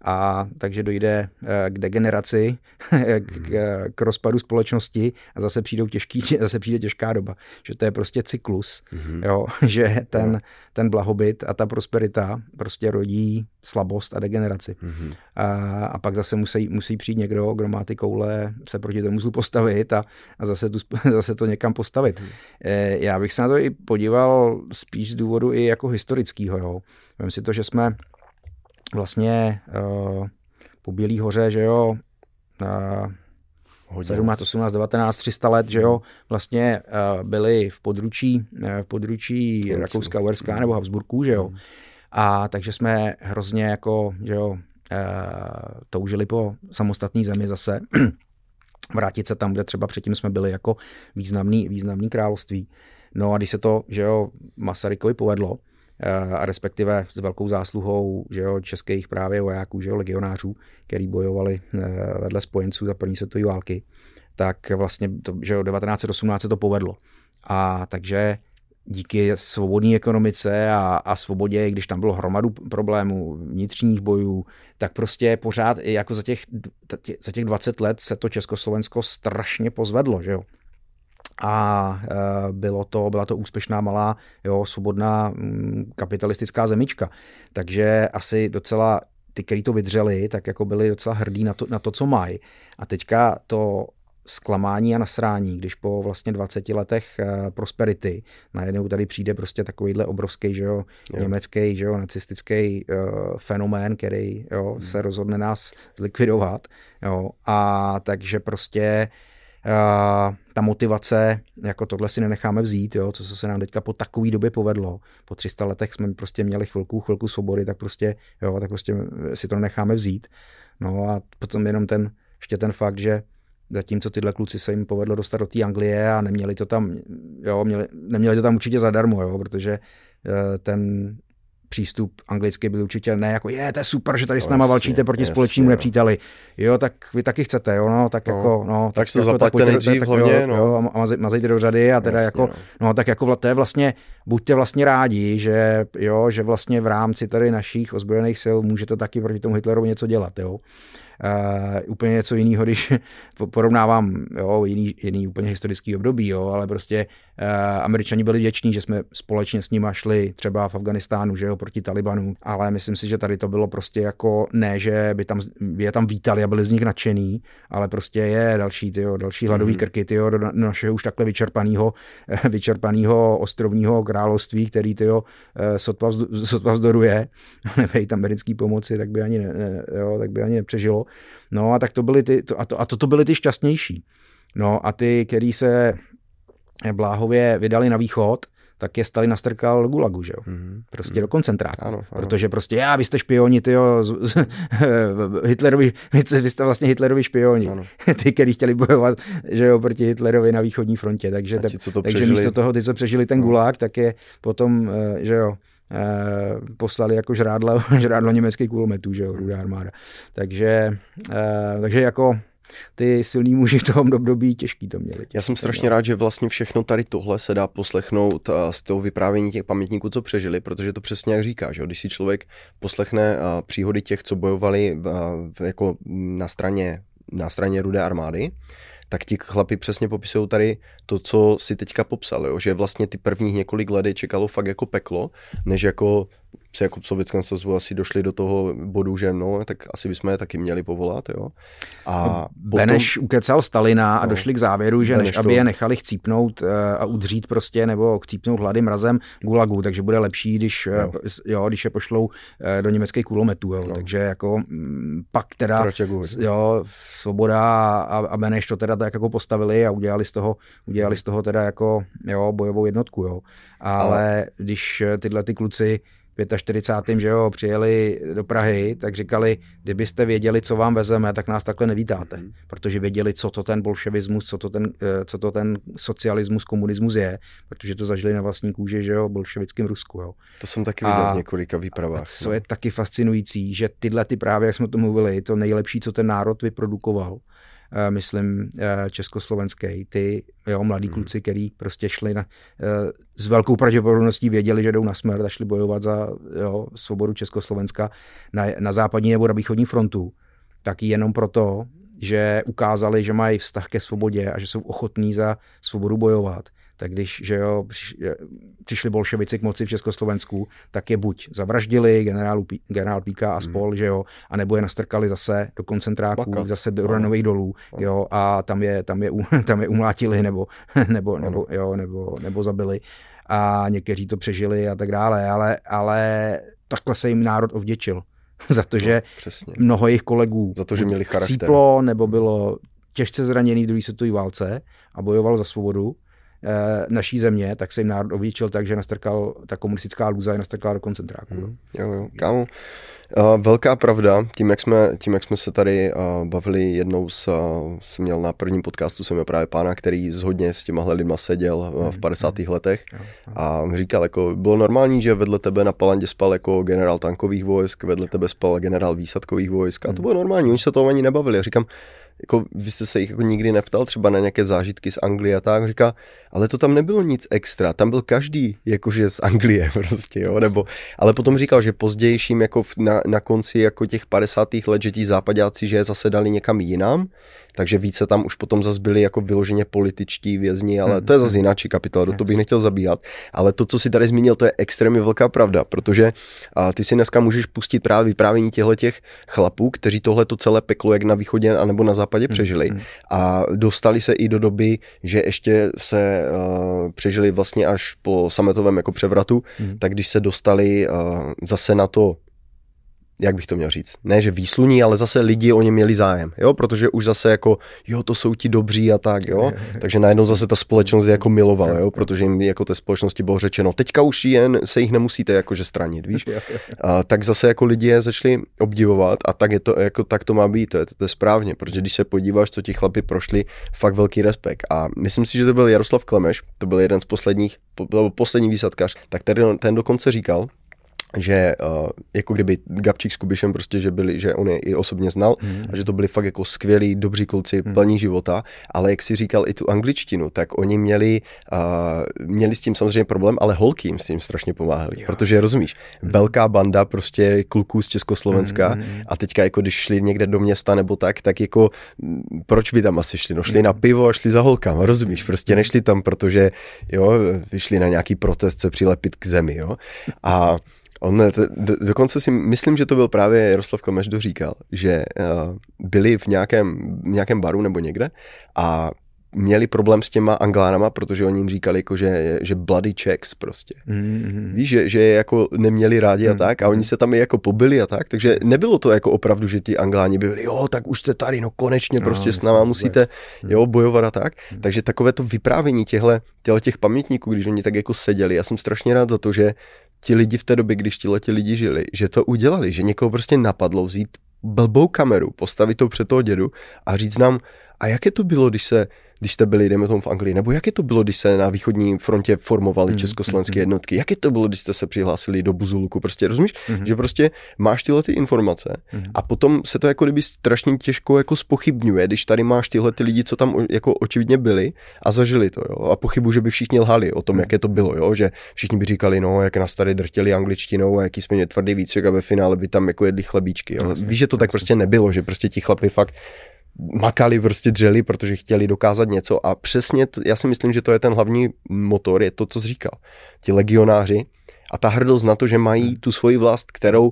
a takže dojde k degeneraci, k, k rozpadu společnosti a zase přijdou těžký, zase přijde těžká doba. Že to je prostě cyklus, mm-hmm. jo, že ten, no. ten blahobyt a ta prosperita prostě rodí slabost a degeneraci. Mm-hmm. A, a pak zase musí, musí přijít někdo, kdo má ty koule, se proti tomu zlu postavit a, a zase, tu, zase to někam postavit. Mm-hmm. E, já bych se na to i podíval spíš z důvodu i jako historického. Jo. Vem si to, že jsme vlastně uh, po Bílý hoře, že jo, uh, sedmnáct, osmnáct, devatenáct, tři sta let, že jo, vlastně uh, byli v područí, uh, v područí Rakouska, Uherská nebo Habsburků, že jo. A takže jsme hrozně jako, že jo, uh, toužili po samostatné zemi zase, vrátit se tam, kde třeba předtím jsme byli jako významný, významný království. No a když se to, že jo, Masarykovi povedlo, a respektive s velkou zásluhou, že jo, českých právě vojáků, že jo, legionářů, který bojovali vedle spojenců za první světové války, tak vlastně to, že jo, devatenáct set osmnáct se to povedlo. A takže díky svobodné ekonomice a, a svobodě, když tam bylo hromadu problémů, vnitřních bojů, tak prostě pořád i jako za těch, za těch dvacet let se to Československo strašně pozvedlo, že jo. A bylo to, byla to úspěšná malá, jo, svobodná kapitalistická zemička. Takže asi docela ty, kteří to vydřeli, tak jako byli docela hrdí na to, na to co mají. A teďka to zklamání a nasrání, když po vlastně dvaceti letech prosperity najednou tady přijde prostě takovýhle obrovský, že jo, jo. německý, že jo, nacistický uh, fenomén, který, jo, hmm. se rozhodne nás zlikvidovat, jo. A takže prostě Uh, ta motivace, jako tohle si nenecháme vzít, jo, co se nám teďka po takové době povedlo. Po tři sta letech jsme prostě měli chvilku, chvilku svobody, tak prostě, jo, tak prostě si to nenecháme vzít. No a potom jenom ten, ještě ten fakt, že zatímco tyhle kluci se jim povedlo dostat do té Anglie a neměli to tam, jo, měli, neměli to tam určitě zadarmo, jo, protože uh, ten přístup anglický byl určitě ne jako je, to je super, že tady s náma válčíte proti jasně, společnému nepříteli. Jo, tak vy taky chcete, jo, no, tak no, jako, no. Tak si to zaplaťte nejdřív hlavně, no. Jo, a mazejte do řady a teda jasně, jako, no. no, tak jako to je vlastně, buďte vlastně rádi, že jo, že vlastně v rámci tady našich ozbrojených sil můžete taky proti tomu Hitlerovi něco dělat, jo. Uh, úplně něco jiného, když porovnávám jo, jiný, jiný úplně historický období, jo, ale prostě uh, Američani byli vděční, že jsme společně s nimi šli třeba v Afganistánu, že jo, proti Talibanu, ale myslím si, že tady to bylo prostě jako ne, že by tam, by je tam vítali a byli z nich nadšený, ale prostě je další, tyjo, další hladový mm-hmm. krky, tyjo, do našeho už takhle vyčerpanýho, vyčerpanýho ostrovního království, který tyjo, sotva, sotva vzdoruje, nebejt americký pomoci, tak by ani, ne, ne, jo, tak by ani nepřežilo. No a tak to byly ty, to, a, to, a toto byly ty šťastnější. No a ty, který se bláhově vydali na východ, tak je Stalin nastrkal gulagu, že jo? Mm-hmm. Prostě mm-hmm. do koncentráku. Ano, ano. Protože prostě já, vy jste špioni, tyjo, Hitlerovi, vy jste vlastně Hitlerovi špioni. Ano. Ty, kteří chtěli bojovat, že jo, proti Hitlerovi na východní frontě. Takže, ti, tak, takže místo toho, ty, co přežili ten no. gulag, tak je potom, že jo, Eh, poslali jako žrádlo, žrádlo německých kulometů, že jo, Rudá armáda. Takže, eh, takže jako ty silní muži v tom období těžký to měli. Já jsem strašně rád, že vlastně všechno tady tohle se dá poslechnout z toho vyprávění těch pamětníků, co přežili, protože to přesně jak říká, že když si člověk poslechne příhody těch, co bojovali jako na straně, na straně Rudé armády, tak ti chlapi přesně popisují tady to, co si teďka popsal, jo? Že vlastně ty prvních několik let čekalo fakt jako peklo, než jako se jako v Sovětském svazu asi došli do toho bodu, že no, tak asi bychom je taky měli povolat, jo. A no, Beneš potom... ukecal Stalina a no, došli k závěru, že než aby to... je nechali chcípnout a udřít prostě, nebo chcípnout hlady mrazem gulagu, takže bude lepší, když, jo. Jo, když je pošlou do německých kulometů, jo. No. Takže jako pak teda jo, Svoboda a, a Beneš to teda tak jako postavili a udělali z toho, udělali z toho teda jako jo, bojovou jednotku, jo. Ale, Ale když tyhle ty kluci čtyřicátým pátým že jo, přijeli do Prahy, tak říkali, kdybyste věděli, co vám vezeme, tak nás takhle nevítáte. Mm. Protože věděli, co to ten bolševismus, co to ten, co to ten socialismus, komunismus je, protože to zažili na vlastní kůži, že jo, bolševickém Rusku. Jo. To jsem taky viděl v několika výpravách. A co no. je taky fascinující, že tyhle ty právě, jak jsme to mluvili, to nejlepší, co ten národ vyprodukoval, myslím, československý, ty jo, mladí kluci, který prostě šli na, s velkou pravděpodobností věděli, že jdou na smrt a šli bojovat za jo, svobodu Československa na, na západní nebo na východní frontu, tak jenom proto, že ukázali, že mají vztah ke svobodě a že jsou ochotní za svobodu bojovat. Tak když že jo, přišli bolševici k moci v Československu, tak je buď zavraždili generálu, generál Píka a spol, hmm. že jo, anebo je nastrkali zase do koncentráků, Bakat. zase do Uranových dolů, jo, a tam je, tam je, tam je umlátili nebo, nebo, nebo, jo, nebo, nebo zabili. A někteří to přežili a tak dále, ale, ale takhle se jim národ ovděčil. Za to, že no, mnoho jejich kolegů za to, že měli chcíplo nebo bylo těžce zraněný v druhé světové válce a bojovalo za svobodu e, naší země, tak se jim národ ovděčil tak, že nastrkal, ta komunistická lůza je nastrkala do koncentráku. Hmm. Jo, jo, kámo. Uh, velká pravda, tím jak, jsme, tím, jak jsme se tady uh, bavili jednou, s, uh, jsem měl na prvním podcastu, jsem měl právě pána, který zhodně s těmahle lidma seděl uh, v padesátých letech a on říkal, jako bylo normální, že vedle tebe na Palandě spal jako generál tankových vojsk, vedle tebe spal generál výsadkových vojsk a to bylo normální, oni se toho ani nebavili. A říkám, jako vy jste se jich jako nikdy neptal třeba na nějaké zážitky z Anglie a tak, říká, ale to tam nebylo nic extra, tam byl každý jakože z Anglie prostě, jo, nebo, ale potom říkal, že pozdějším jako na, na konci jako těch padesátých let, že ti západáci, že je zase dali někam jinam, takže více tam už potom zase byli jako vyloženě političtí vězni, ale to je zase jináčí kapitola, do toho bych nechtěl zabíhat, ale to, co si tady zmínil, to je extrémně velká pravda, protože a ty si dneska můžeš pustit právě vyprávění těchto těch chlapů, kteří tohle to celé peklo jak na východě anebo na západě přežili a dostali se i do doby, že ještě se uh, přežili vlastně až po sametovém jako převratu, hmm. tak když se dostali uh, zase na to, jak bych to měl říct, ne, že výsluní, ale zase lidi o ně měli zájem, jo, protože už zase jako, jo, to jsou ti dobří a tak, jo, takže najednou zase ta společnost je jako milovala, jo, protože jim jako té společnosti bylo řečeno, teďka už jen se jich nemusíte jakože stranit, víš, a tak zase jako lidi je začali obdivovat a tak je to, jako tak to má být, to je, to je správně, protože když se podíváš, co ti chlapi prošli, fakt velký respekt a myslím si, že to byl Jaroslav Klemeš, to byl jeden z posledních, poslední výsadkař, tak ten, ten dokonce říkal, že uh, jako kdyby Gabčík s Kubišem prostě, že byli, že on je i osobně znal mm. a že to byli fakt jako skvělí, dobří kluci, mm. plní života, ale jak si říkal i tu angličtinu, tak oni měli, uh, měli s tím samozřejmě problém, ale holky jim s tím strašně pomáhali, jo. Protože rozumíš, mm. velká banda prostě kluků z Československa mm. a teďka jako když šli někde do města nebo tak, tak jako proč by tam asi šli? No šli mm. na pivo a šli za holkama, rozumíš, prostě nešli tam, protože jo, vyšli na nějaký protest se přilepit k zemi, jo, a on, do, dokonce si myslím, že to byl právě Jaroslav Klemeš, kdo říkal, že uh, byli v nějakém, nějakém baru nebo někde a měli problém s těma Anglánama, protože oni jim říkali, jako, že, že bloody Czechs prostě. Mm-hmm. Víš, že, že je jako neměli rádi a tak a oni se tam i jako pobili a tak, takže nebylo to jako opravdu, že ti Angláni byli, jo, tak už jste tady, no konečně prostě no, s náma musíte jo, bojovat a tak. Mm. Takže takové to vyprávění těchto těch pamětníků, když oni tak jako seděli, já jsem strašně rád za to, že ti lidi v té době, když ti lidi žili, že to udělali, že někoho prostě napadlo vzít blbou kameru, postavit to před toho dědu a říct nám, a jaké to bylo, když se když jste byli, jdeme tomu v Anglii, nebo jaké to bylo, když se na východní frontě formovaly mm, československé mm, jednotky, jaké to bylo, když jste se přihlásili do Buzuluku, prostě rozumíš, mm, že prostě máš tyhle ty informace mm. a potom se to jako kdyby strašně těžko jako zpochybňuje, když tady máš tyhle ty lidi, co tam jako očividně byli a zažili to, jo, a pochybuji, že by všichni lhali o tom, mm. jaké to bylo, jo, že všichni by říkali, no, jak nás tady drtěli angličtinou a jaký jsme měli tvrdý výcvik a ve finále by tam jako jedli chlebíčky, jo. Víš, že to tak prostě nebylo, že prostě ti chlapi fakt makali, prostě dřeli, protože chtěli dokázat něco a přesně, to, já si myslím, že to je ten hlavní motor, je to, co jsi říkal. Ti legionáři a ta hrdost na to, že mají tu svoji vlast, kterou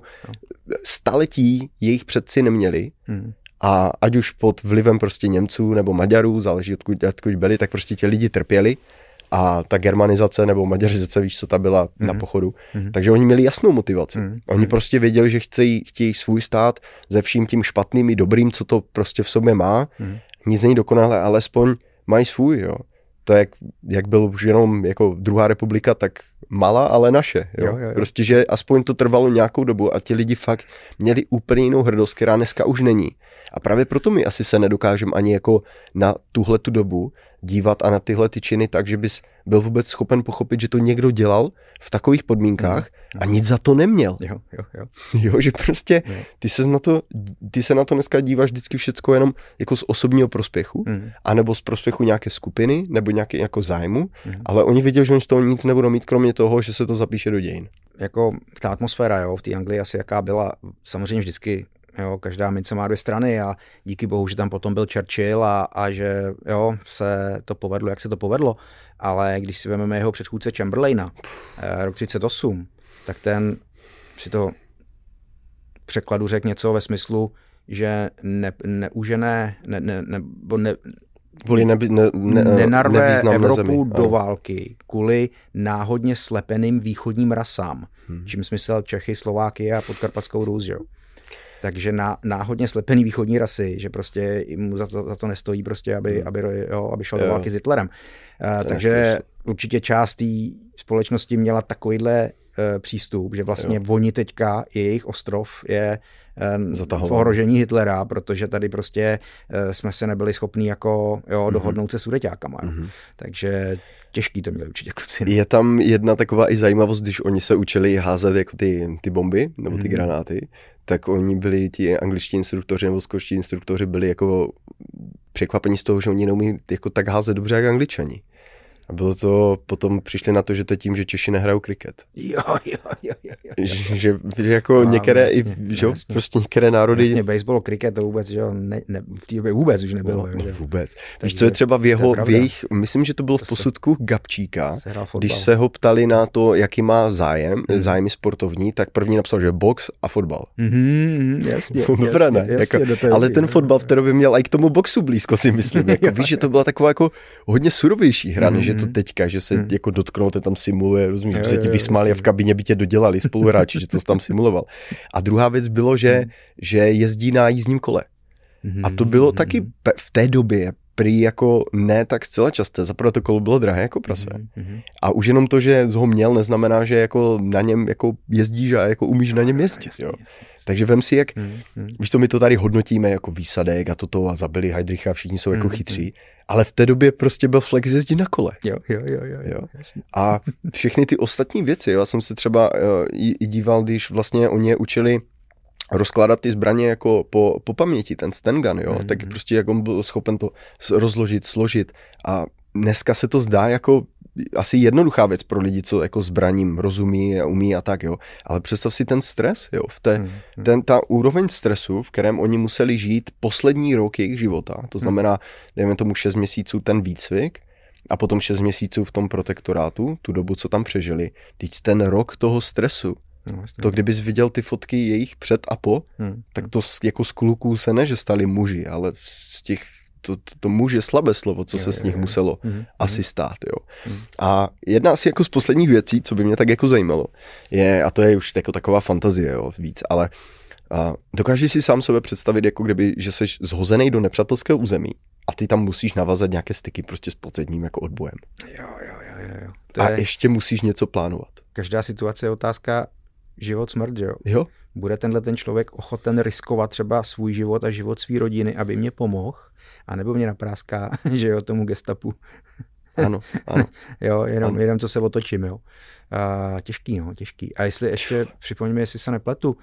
staletí jejich předci neměli a ať už pod vlivem prostě Němců nebo Maďarů, záleží odkud, odkud byli, tak prostě ti lidi trpěli a ta germanizace nebo maďarizace, víš, co ta byla mm. na pochodu. Mm. Takže oni měli jasnou motivaci. Mm. Oni prostě věděli, že chtějí, chtějí svůj stát ze vším tím špatným i dobrým, co to prostě v sobě má. Mm. Nic není dokonalé, alespoň mají svůj, jo. To je, jak, jak byl už jenom jako druhá republika, tak malá, ale naše. Jo? Jo, jo, jo. Prostě, že aspoň to trvalo nějakou dobu a ti lidi fakt měli úplně jinou hrdost, která dneska už není. A právě proto my asi se nedokážeme ani jako na tuhle tu dobu dívat a na tyhle ty činy tak, že bys byl vůbec schopen pochopit, že to někdo dělal v takových podmínkách mm. a nic za to neměl. Jo, jo, jo. Jo, že prostě ty se na to, ty se na to dneska díváš vždycky všecko jenom jako z osobního prospěchu, mm. anebo z prospěchu nějaké skupiny, nebo nějaké jako zájmu, mm. ale oni viděli, že oni z toho nic nebudou mít, kromě toho, že se to zapíše do dějin. Jako ta atmosféra, jo, v té Anglii asi jaká byla, samozřejmě vždycky, jo, každá mince má dvě strany a díky bohu, že tam potom byl Churchill a, a že jo, se to povedlo, jak se to povedlo, ale když si vezmeme jeho předchůdce Chamberlaina, eh, rok třicet osm, tak ten při to překladu řekl něco ve smyslu, že ne, neužené, ne, ne, nebo ne, Voli nebi, ne, ne, nenarve Evropu zemi, do války kvůli náhodně slepeným východním rasám, hmm. čím smysl Čechy, Slovákie a Podkarpatskou Rus, jo. Takže na, náhodně slepený východní rasy, že prostě mu za to, za to nestojí prostě, aby, hmm. aby, jo, aby šel jo. do války s Hitlerem. Uh, takže neskutečný. Určitě část té společnosti měla takovýhle uh, přístup, že vlastně jo. oni teďka, jejich ostrov je v ohrožení Hitlera, protože tady prostě jsme se nebyli schopni jako jo, dohodnout se sudeťákama. Mm-hmm. Takže těžký to měli určitě kluci. Je tam jedna taková i zajímavost, když oni se učili házet jako ty, ty bomby nebo ty mm-hmm. granáty, tak oni byli, ti angličtí instruktoři nebo skotští instruktoři byli jako překvapení z toho, že oni neumí jako tak házet dobře jak Angličani. A bylo to, potom přišli na to, že to je tím, že Češi nehrajou kriket. Jo, jo, jo, jo. jo. Že, že, že jako no, některé, jasně, i, že jasně. prostě některé národy... Jasně, baseball, kriket to vůbec, že jo, ne, ne, v té době vůbec už nebylo. No, no vůbec. Víš, co je třeba v jeho, v jejich, myslím, že to bylo to v posudku se, Gabčíka, se když se ho ptali na to, jaký má zájem, mm. zájmy sportovní, tak první napsal, že box a fotbal. Mm-hmm, jasně, Dobré, jasně, ne? jasně, jako, ale ten fotbal v té době měl i k tomu boxu blízko, si myslím. Jako, víš, že to byla taková jako hodně surovější hra, než je to teďka, že se hmm. jako dotknou, to tam simuluje, rozumíš, že se ti vysmáli a v kabině by tě dodělali spoluhráči, že to tam simuloval. A druhá věc bylo, že, hmm. že jezdí na jízdním kole. Hmm. A to bylo hmm. taky v té době prý jako ne tak zcela časté. Zaprvé to kolo bylo drahé jako prase. Hmm. A už jenom to, že ho měl, neznamená, že jako na něm jako jezdíš a jako umíš na něm jezdit. Jo. Takže vem si, jak, hmm. víš co, my to tady hodnotíme jako výsadek a toto a zabili Heydricha a všichni jsou jako hmm. chytří. Ale v té době prostě byl flex jezdit na kole. Jo, jo, jo, jo, jo. A všechny ty ostatní věci, já jsem se třeba uh, i, i díval, když vlastně oni je učili rozkládat ty zbraně jako po, po paměti, ten Stengun, jo, mm-hmm. tak prostě jak on byl schopen to rozložit, složit a dneska se to zdá jako asi jednoduchá věc pro lidi, co jako zbraním rozumí a umí a tak, jo. Ale představ si ten stres, jo. V té, hmm. ten, ta úroveň stresu, v kterém oni museli žít poslední rok jejich života, to znamená, dejme tomu šest měsíců ten výcvik a potom šest měsíců v tom protektorátu, tu dobu, co tam přežili. Teď ten rok toho stresu, no, vlastně. To kdybys viděl ty fotky jejich před a po, hmm. tak to jako z kluků se ne, že stali muži, ale z těch To, to, to muž je slabé slovo, co jo, se jo, s nich jo. muselo mm, asi mm. stát. Jo. Mm. A jedna asi jako z posledních věcí, co by mě tak jako zajímalo, je, a to je už jako taková fantazie, jo, víc, ale a dokážeš si sám sebe představit, jako kdyby, že jsi zhozený do nepřátelského území a ty tam musíš navazat nějaké styky prostě s podzemním jako odbojem. Jo, jo, jo, jo. A je... ještě musíš něco plánovat. Každá situace je otázka život, smrt, jo. Jo. Bude tenhle ten člověk ochoten riskovat třeba svůj život a život své rodiny, aby mě pomohl, anebo mě napráská, že jo, tomu gestapu. Ano, ano. jo, jenom, ano. jenom co se otočím, jo. A, těžký, no, těžký. A jestli ještě, připomeňme, jestli se nepletu,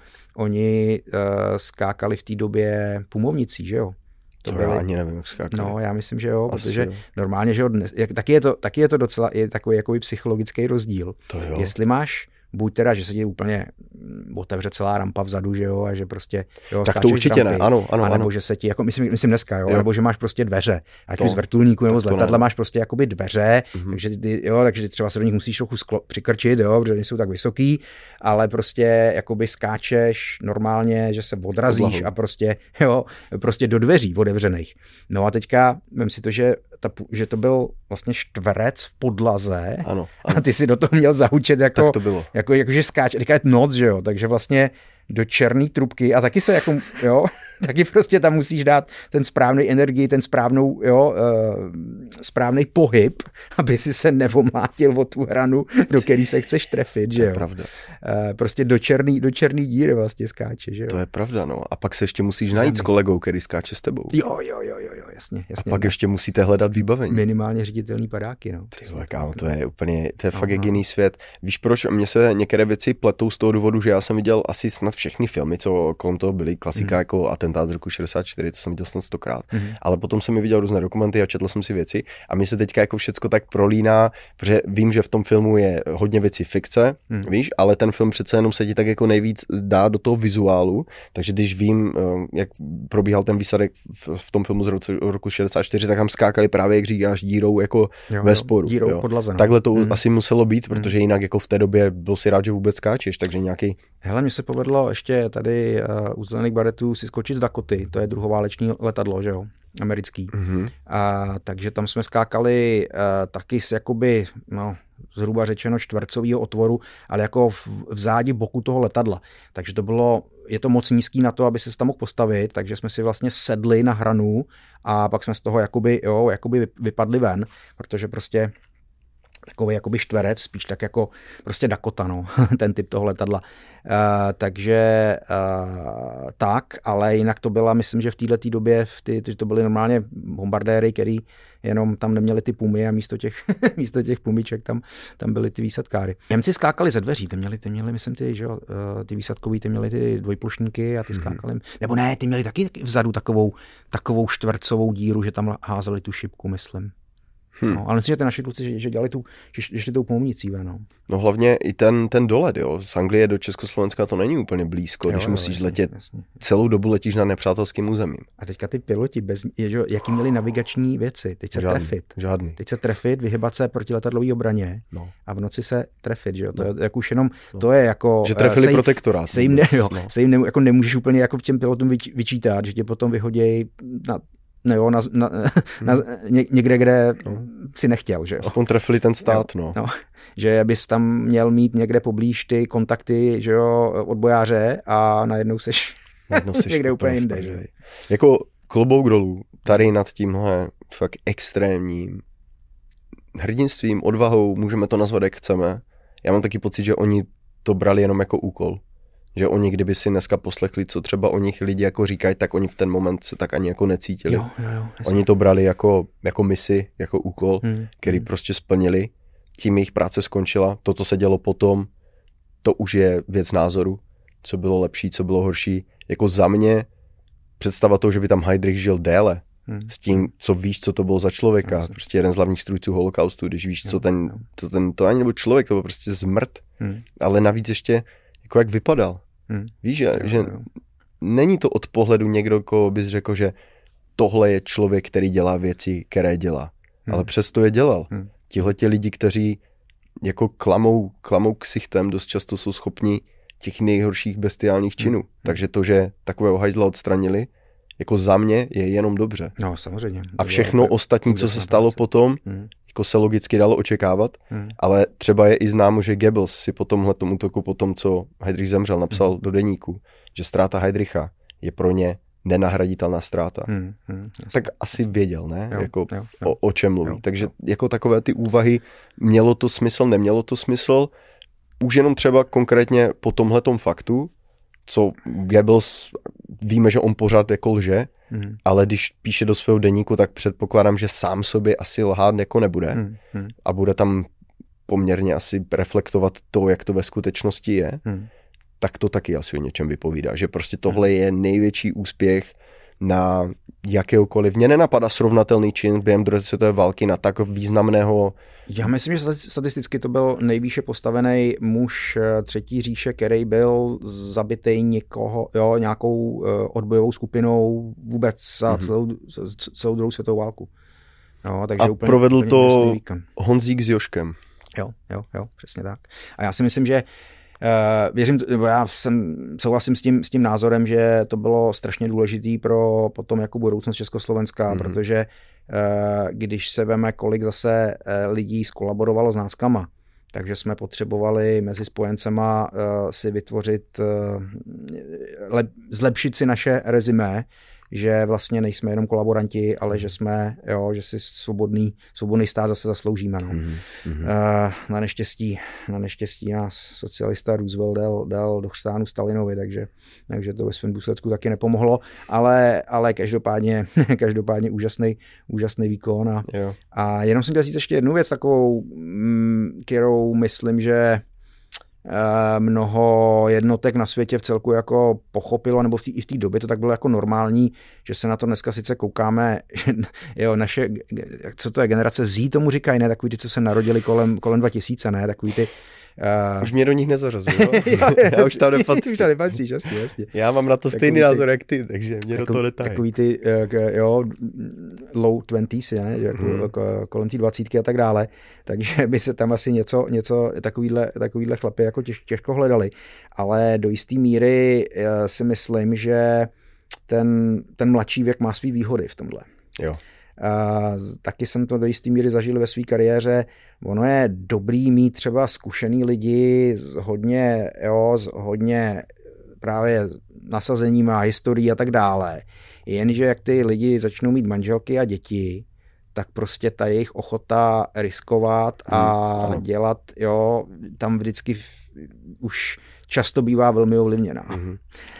oni uh, skákali v té době pumovnicí, že jo. To, to byli... já ani nevím, jak skákali. No, já myslím, že jo, Asi protože jo. normálně, že jo, dnes, jak, taky, je to, taky je to docela je takový jakoby psychologický rozdíl. To jo. Jestli máš buď teda, že se ti úplně otevře celá rampa vzadu, že jo, a že prostě jo, tak to určitě rampy, ne, ano, ano, anebo ano. že se ti, jako myslím, myslím dneska, jo, jo. nebo že máš prostě dveře, ať to, už z vrtulníku nebo z letadla ne. máš prostě jakoby dveře, mm-hmm. takže ty, jo, takže ty třeba se do nich musíš trochu sklo, přikrčit, jo, protože nejsou tak vysoký, ale prostě jakoby skáčeš normálně, že se odrazíš Podlahu. a prostě, jo, prostě do dveří otevřených. No a teďka, vem si to, že ta, že to byl vlastně čtverec v podlaze ano, ano. a ty si do toho měl zahučet jako, tak to bylo. jako, jako že skáč, teďka je noc, že jo, takže vlastně do černé trubky a taky se jako, jo, taky prostě tam musíš dát ten správný energii, ten správnou, jo, uh, správný pohyb, aby si se nevomlátil o tu hranu, do který se chceš trefit, že jo. To je pravda. Uh, prostě do černý, do černý díry vlastně skáče, že jo. To je pravda, no. A pak se ještě musíš najít Zemi. s kolegou, který skáče s tebou. Jo, jo, jo, jo, jo. jasně, jasně. A pak ještě musíte hledat vybavení. Minimálně ředitelný padáky, no. Ty vole, kámo, to je úplně, to je fakt jak jiný svět. Víš proč? Mně se některé věci pletou z toho důvodu, že já jsem viděl asi snad všechny filmy, co kolem toho byly, klasika mm. jako Atentát z roku šedesát čtyři, to jsem viděl snad stokrát. Mm. Ale potom jsem mi viděl různé dokumenty a četl jsem si věci a mně se teďka jako všecko tak prolíná, protože vím, že v tom filmu je hodně věcí fikce, mm. víš, ale ten film přece jenom se ti tak jako nejvíc dá do toho vizuálu, takže když vím, jak probíhal ten výsadek v tom filmu z roku šedesát čtyři, tak tam skákali právě, jak říkáš, dírou jako jo, ve sporu. Dírou jo. podlaze, no. Takhle to mm. asi muselo být, protože mm. jinak jako v té době byl si rád, že vůbec skáčeš, takže nějaký... Hele, mně se povedlo ještě tady uh, u Zelených baretů si skočit z Dakoty, to je druhováleční letadlo, že jo, americký. Mm-hmm. A, takže tam jsme skákali uh, taky z jakoby, no, zhruba řečeno čtvercového otvoru, ale jako v, v zádi boku toho letadla. Takže to bylo, je to moc nízký na to, aby se tam mohl postavit, takže jsme si vlastně sedli na hranu a pak jsme z toho jakoby, jo, jakoby vypadli ven, protože prostě takový jakoby čtverec, spíš tak jako prostě Dakota, no, ten typ toho letadla. Uh, takže uh, tak, ale jinak to byla, myslím, že v této době, v ty, to byly normálně bombardéry, který jenom tam neměli ty pumy a místo těch, místo těch pumiček tam, tam byly ty výsadkáry. Němci skákali ze dveří, ty měli, ty měli myslím, ty, že jo, ty výsadkový, ty měli ty dvojplošníky a ty skákali, mm-hmm. nebo ne, ty měli taky vzadu takovou, takovou čtvercovou díru, že tam házeli tu šipku, myslím. Hmm. No, ale myslím, že ty naši kluci, že, že dělali tu, že, že šli tou pomůnicí, no. No hlavně i ten, ten dolet, jo. Z Anglie do Československa to není úplně blízko, jo, když jo, musíš jasně, letět, jasně. Celou dobu letíš na nepřátelským území. A teďka ty piloti, bez, je, jaký měli navigační věci, teď se žádný, trefit. Žádný. Teď se trefit, vyhybat se proti letadlové obraně no. a v noci se trefit, že jo. To no. je jak už jenom, no. to je jako... Že trefili se protektorát. Se jim, ne, jo, no. se jim ne, jako nemůžeš úplně jako v těm pilotům vyč, vyčítat, že tě potom vyhodějí na... No jo, na, na, na, ně, někde, kde no. si nechtěl, že jo. Aspoň trefili ten stát, no. no. Že bys tam měl mít někde poblíž ty kontakty, že jo, odbojáře a najednou seš, najednou seš někde úplně jinde, že? Jako klobouk dolů, tady nad tímhle fakt extrémním hrdinstvím, odvahou, můžeme to nazvat, jak chceme. Já mám taky pocit, že oni to brali jenom jako úkol. Že oni, kdyby si dneska poslechli, co třeba o nich lidi jako říkají, tak oni v ten moment se tak ani jako necítili. Jo, jo, jo, oni to brali jako, jako misi, jako úkol, hmm. který hmm. prostě splnili. Tím jejich práce skončila. To, co se dělo potom, to už je věc názoru. Co bylo lepší, co bylo horší. Jako za mě představa toho, že by tam Heydrich žil déle, hmm. s tím, co víš, co to bylo za člověka. Jasně. Prostě jeden z hlavních strůjců holokaustu, když víš, co ten, co ten, to ani nebyl člověk, to byl prostě zmrt. Hmm. Ale navíc ještě jako jak vypadal. Hmm. Víš, že, jo, že jo. Není to od pohledu někdo, koho bys řekl, že tohle je člověk, který dělá věci, které dělá. Hmm. Ale přesto je dělal. Hmm. Tihleti lidi, kteří jako klamou, klamou ksichtem, dost často jsou schopni těch nejhorších bestiálních činů. Hmm. Takže to, že takového hajzla odstranili, jako za mě je jenom dobře. No, samozřejmě. A všechno ostatní, co se stalo potom, hmm. jako se logicky dalo očekávat, hmm. ale třeba je i známo, že Goebbels si po tomhletom útoku, po tom, co Heydrich zemřel, napsal hmm. do deníku, že ztráta Heydricha je pro ně nenahraditelná ztráta. Hmm. Hmm. Tak asi věděl, ne? Jo, jako jo, jo. O, o čem mluví. Jo, Takže jo. jako takové ty úvahy, mělo to smysl, nemělo to smysl, už jenom třeba konkrétně po tomhletom faktu, co Goebbels, víme, že on pořád jako lže, hmm. ale když píše do svého deníku, tak předpokládám, že sám sobě asi lhát jako nebude hmm. Hmm. a bude tam poměrně asi reflektovat to, jak to ve skutečnosti je, hmm. tak to taky asi o něčem vypovídá, že prostě tohle hmm. je největší úspěch na jakéhokoliv. Mně nenapadá srovnatelný čin během druhé světové války na tak významného. Já myslím, že statisticky to byl nejvýše postavený muž Třetí říše, který byl zabitý někoho, jo, nějakou odbojovou skupinou vůbec za mm-hmm. celou, celou druhou světovou válku. Jo, takže a úplně, provedl úplně to Honzík s Joškem. Jo, jo, jo, přesně tak. A já si myslím, že Uh, věřím, já jsem, souhlasím s tím, s tím názorem, že to bylo strašně důležitý pro potom jako budoucnost Československa, mm-hmm. protože uh, když se veme, kolik zase uh, lidí skolaborovalo s náckama, takže jsme potřebovali mezi spojencema uh, si vytvořit, uh, lep, zlepšit si naše rezimé, že vlastně nejsme jenom kolaboranti, ale že jsme, jo, že si svobodný, svobodný stát zase zasloužíme. No. Mm-hmm. Uh, na neštěstí, na neštěstí nás socialista Roosevelt dal, dal do chřtánu Stalinovi, takže, takže to ve svém důsledku taky nepomohlo, ale, ale každopádně, každopádně úžasný, úžasný výkon. A, a jenom jsem chtěl říct ještě jednu věc takovou, kterou myslím, že mnoho jednotek na světě v celku jako pochopilo, nebo v tý, i v té době to tak bylo jako normální, že se na to dneska sice koukáme, že jo, naše, co to je, generace Z tomu říkají, ne, takový ty, co se narodili kolem, kolem dva tisíce, ne, takový ty Uh... Už mě do nich nezařazují, jo? Já už tam nepatří. Už tam nepatříš, jasně, jasně. Já mám na to takový stejný ty, názor jak ty, takže mě takový, do toho netají. Takový ty, jo, low twenties, ne? Jako, hmm. kolem té dvacítky a tak dále, takže by se tam asi něco, něco takovýhle, takovýhle chlapy jako těž, těžko hledali, ale do jisté míry si myslím, že ten, ten mladší věk má svý výhody v tomhle. Jo. Uh, taky jsem to do jisté míry zažil ve své kariéře. Ono je dobrý mít třeba zkušený lidi s hodně, jo, s hodně právě nasazením a historií a tak dále. Jenže jak ty lidi začnou mít manželky a děti, tak prostě ta jejich ochota riskovat a hmm, dělat, jo, tam vždycky už často bývá velmi ovlivněná. Hmm.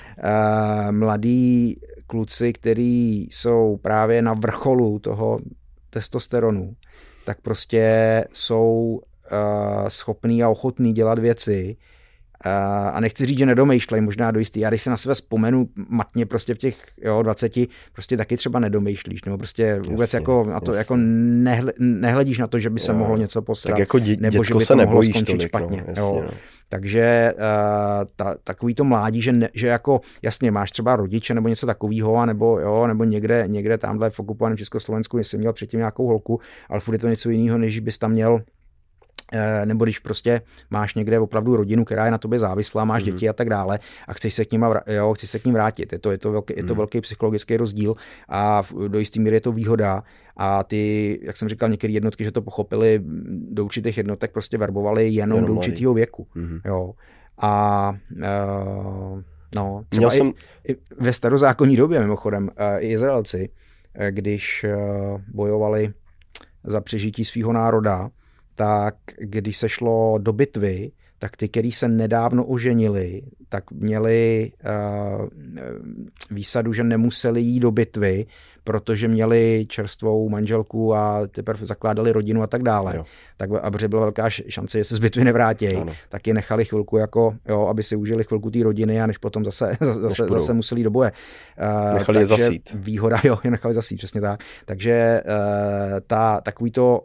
Uh, mladí kluci, kteří jsou právě na vrcholu toho testosteronu, tak prostě jsou uh, schopní a ochotní dělat věci. Uh, a nechci říct, že nedomýšlej, možná do jistý. Já když se na sebe vzpomenu matně prostě v těch jo, dvaceti, prostě taky třeba nedomýšlíš, nebo prostě vůbec jasně, jako na to jako nehle, nehledíš na to, že by se jo, mohlo něco posrat. Tak jako dě, nebo že by se to mohlo skončit tolik, špatně. No, jasně, jo. no. Takže uh, ta, takový to mládí, že, ne, že jako jasně máš třeba rodiče nebo něco takového, nebo jo, nebo někde, někde tamhle v okupovaném Československu jsem měl předtím nějakou holku, ale furt je to něco jiného, než bys tam měl, nebo když prostě máš někde opravdu rodinu, která je na tobě závislá, máš mm-hmm. děti a tak dále a chceš se k ním, jo, chceš se k ním vrátit. Je to, je to, velký, je to mm. velký psychologický rozdíl a do jistý míry je to výhoda a ty, jak jsem říkal, některé jednotky, že to pochopili, do určitých jednotek prostě verbovali jenom, jenom do určitého věku. Mm-hmm. Jo. A uh, no, třeba jsem... i, i ve starozákonní době mimochodem uh, Izraelci, uh, když uh, bojovali za přežití svého národa, tak když se šlo do bitvy, tak ty, kteří se nedávno oženili, tak měli uh, výsadu, že nemuseli jít do bitvy, protože měli čerstvou manželku a teprve zakládali rodinu a tak dále. Jo. Tak protože byla velká šance, že se z bitvy nevrátí, tak je nechali chvilku, jako, jo, aby si užili chvilku té rodiny a než potom zase, zase, zase museli do boje. Uh, nechali je zasít. Výhoda, jo, je nechali zasít, přesně tak. Takže uh, ta, takový to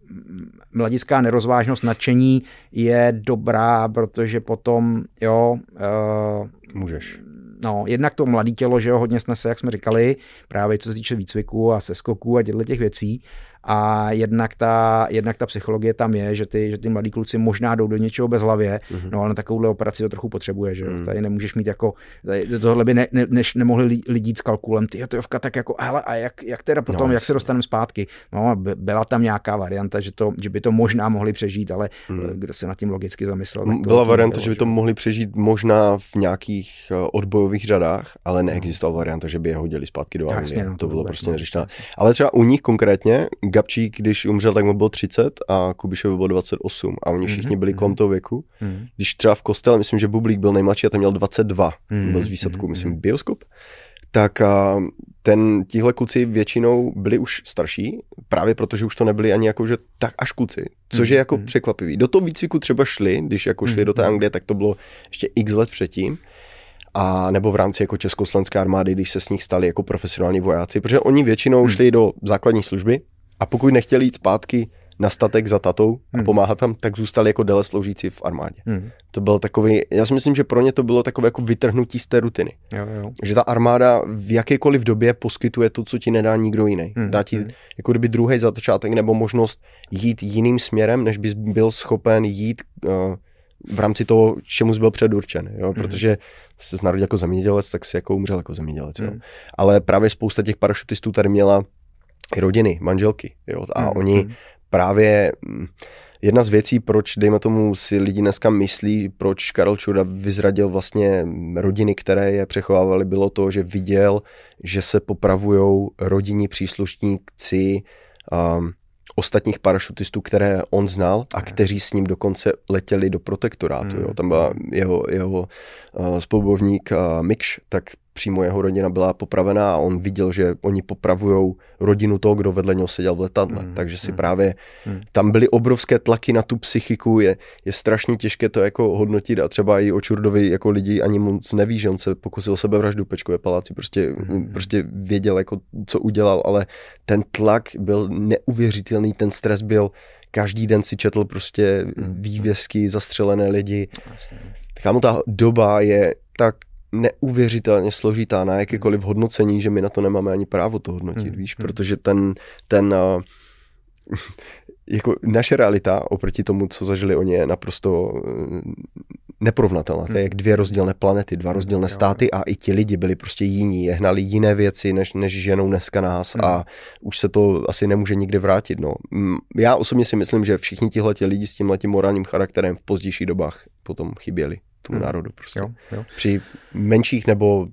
mladická nerozvážnost, nadšení je dobrá, protože potom, jo... Uh, Můžeš. No, jednak to mladé tělo, že jo, hodně snese, jak jsme říkali, právě co se týče výcviku a seskoků a těchto těch věcí. A jednak ta, jednak ta psychologie tam je, že ty, že ty mladí kluci možná jdou do něčeho bezhlavě, mm-hmm. no ale na takovouhle operaci to trochu potřebuje, že jo. Mm. Tady nemůžeš mít jako, tady do tohohle by ne, ne, než nemohli lidí s kalkulem, ty Jovka, tak jako, hele, a jak, jak teda potom, no, jak se dostaneme zpátky? No, byla tam nějaká varianta, že, to, že by to možná mohli přežít, ale mm. kdo se nad tím logicky zamyslel. Byla varianta, bylo, že by to mohli přežít možná v nějakých odbojových řadách, ale neexistovala no. varianta, že by je hodili zpátky do armády. No, to, to bylo prostě neřešené. Ale třeba u nich konkrétně Gabčík, když umřel, tak mu bylo třicet a Kubišovi bylo dvacet osm a oni všichni byli kolem toho věku. Mm-hmm. Když třeba v kostele, myslím, že Bublík byl nejmladší a ten měl dvacet dva, mm-hmm. byl z výsadku, myslím, bioskop, tak ten, tihle kluci většinou byli už starší, právě protože už to nebyli ani jako, že tak až kluci, což je jako mm-hmm. překvapivý. Do toho výcviku třeba šli, když jako šli mm-hmm. do té Anglie, tak to bylo ještě x let předtím. A nebo v rámci jako československé armády, když se s nich stali jako profesionální vojáci, protože oni většinou mm. šli do základní služby a pokud nechtěli jít zpátky na statek za tatou a mm. pomáhat tam, tak zůstali jako déle sloužící v armádě. Mm. To byl takový, já si myslím, že pro ně to bylo takové jako vytrhnutí z té rutiny. Jo, jo. Že ta armáda v jakékoliv době poskytuje to, co ti nedá nikdo jiný. Mm. Dá ti mm. jako kdyby druhý začátek nebo možnost jít jiným směrem, než bys byl schopen jít uh, v rámci toho, čemu jsi byl předurčen, jo? Protože jsi se narodil jako zemědělec, tak si jako umřel jako zemědělec. Jo? Mm. Ale právě spousta těch parašutistů tady měla i rodiny, manželky, jo? A mm. oni právě jedna z věcí, proč, dejme tomu, si lidi dneska myslí, proč Karel Čurda vyzradil vlastně rodiny, které je přechovávaly, bylo to, že viděl, že se popravujou rodinní příslušníci um, ostatních parašutistů, které on znal a kteří s ním dokonce letěli do protektorátu. Jo. Tam byla jeho, jeho uh, spolubojovník uh, Mikš, tak přímo jeho rodina byla popravená a on viděl, že oni popravujou rodinu toho, kdo vedle něho seděl v letadle. Mm, Takže si mm, právě mm. tam byly obrovské tlaky na tu psychiku, je, je strašně těžké to jako hodnotit a třeba i o Čurdovi jako lidi ani moc neví, že on se pokusil sebevraždu Pečkové paláci, prostě, mm. prostě věděl, jako, co udělal, ale ten tlak byl neuvěřitelný, ten stres byl, každý den si četl prostě mm. vývězky, zastřelené lidi. Kámo, ta doba je tak neuvěřitelně složitá na jakékoliv hodnocení, že my na to nemáme ani právo to hodnotit, hmm. víš, protože ten, ten uh, jako naše realita oproti tomu, co zažili oni, je naprosto uh, neporovnatelná. Hmm. To je jak dvě rozdílné planety, dva rozdílné státy a i ti lidi byli prostě jiní, je hnali jiné věci, než, než ženou dneska nás hmm. a už se to asi nemůže nikdy vrátit. No. Já osobně si myslím, že všichni tihleti lidi s tímhletím morálním charakterem v pozdějších dobách potom chyběli tomu hmm. národu prostě. Jo, jo. Při menších nebo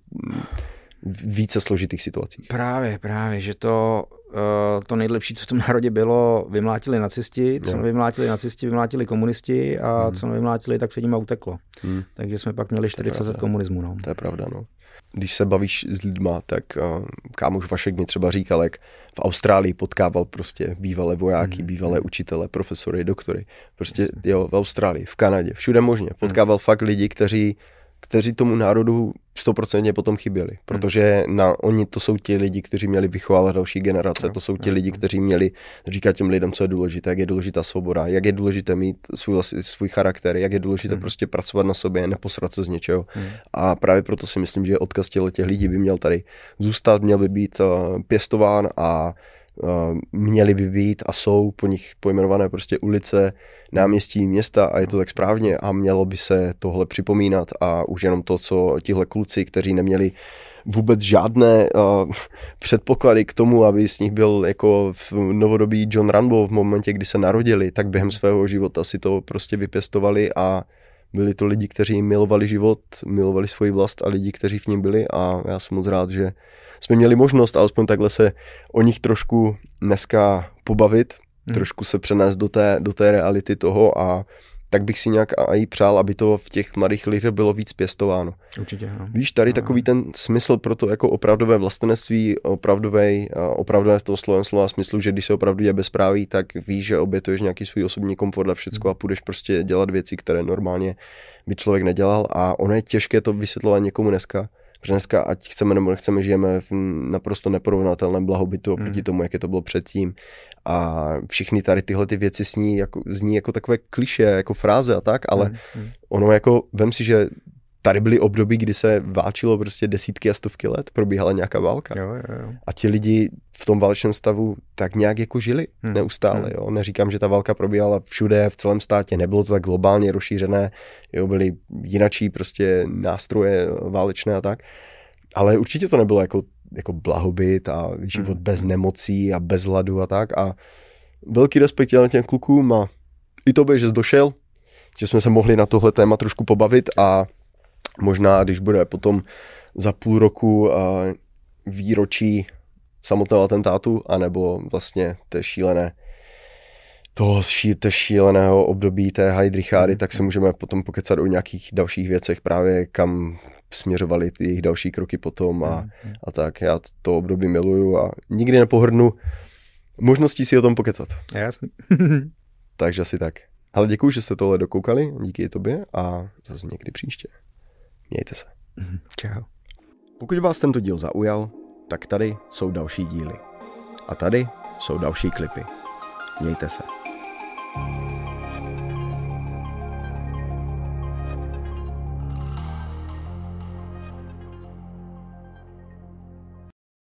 více složitých situacích. Právě, právě, že to, uh, to nejlepší, co v tom národě bylo, vymlátili nacisti, co nevymlátili nacisti, vymlátili komunisti a hmm. co nevymlátili, tak před nimi uteklo. Hmm. Takže jsme pak měli čtyřicet let komunismu. No. To je pravda, no. Když se bavíš s lidma, tak uh, kámoš Vašek mi třeba říkal, jak v Austrálii potkával prostě bývalé vojáky, hmm. bývalé učitele, profesory, doktory. Prostě Jasně. jo, v Austrálii, v Kanadě, všude možně. Potkával hmm. fakt lidi, kteří kteří tomu národu stoprocentně potom chyběli, protože na, oni to jsou ti lidi, kteří měli vychovávat další generace, to jsou ti lidi, kteří měli říkat těm lidem, co je důležité, jak je důležitá svoboda, jak je důležité mít svůj, svůj charakter, jak je důležité hmm. prostě pracovat na sobě, neposrat se z něčeho. Hmm. A právě proto si myslím, že odkaz těch lidí by měl tady zůstat, měl by být uh, pěstován a Uh, měly by být a jsou po nich pojmenované prostě ulice, náměstí, města a je to tak správně a mělo by se tohle připomínat a už jenom to, co tihle kluci, kteří neměli vůbec žádné uh, předpoklady k tomu, aby z nich byl jako v novodobí John Rambo v momentě, kdy se narodili, tak během svého života si to prostě vypěstovali a byli to lidi, kteří milovali život, milovali svoji vlast a lidi, kteří v ní byli a já jsem moc rád, že jsme měli možnost alespoň takhle se o nich trošku dneska pobavit, hmm. trošku se přenést do té, do té reality toho a tak bych si nějak i přál, aby to v těch mladých lidech bylo víc pěstováno. Určitě, no. Víš, tady no. takový ten smysl pro to jako opravdové vlastenectví, opravdové, opravdové v tom slovem slova smyslu, že když se opravdu je bezpráví, tak víš, že obětuješ nějaký svůj osobní komfort a všecko hmm. a půjdeš prostě dělat věci, které normálně by člověk nedělal a ono je těžké to vysvětlovat někomu dneska. Protože dneska, ať chceme nebo nechceme, žijeme v naprosto neporovnatelném blahobytu oproti mm. tomu, jak je to bylo předtím. A všichni tady tyhle ty věci zní jako, zní jako takové klišé, jako fráze a tak, ale mm. ono jako, vem si, že tady byly období, kdy se válčilo prostě desítky a stovky let, probíhala nějaká válka. Jo, jo, jo. A ti lidi v tom válečném stavu tak nějak jako žili hmm. neustále. Hmm. Jo. Neříkám, že ta válka probíhala všude, v celém státě, nebylo to tak globálně rozšířené, jo, byly jinačí prostě nástroje válečné a tak. Ale určitě to nebylo jako, jako blahobyt a život hmm. bez nemocí a bez hladu a tak. A velký respekt těm klukům a i tobě, že jsi došel, že jsme se mohli na tohle téma trošku pobavit a možná, když bude potom za půl roku výročí samotného atentátu, anebo vlastně té šílené, toho ší, té šíleného období té Heydrichády, tak se můžeme potom pokecat o nějakých dalších věcech, právě kam směřovaly ty jejich další kroky potom a, a tak. Já to období miluju a nikdy nepohrdnu možností si o tom pokecat. Jasný. Takže asi tak. Ale děkuju, že jste tohle dokoukali, díky i tobě a zase někdy příště. Mějte se. Čau. Pokud vás tento díl zaujal, tak tady jsou další díly. A tady jsou další klipy. Mějte se.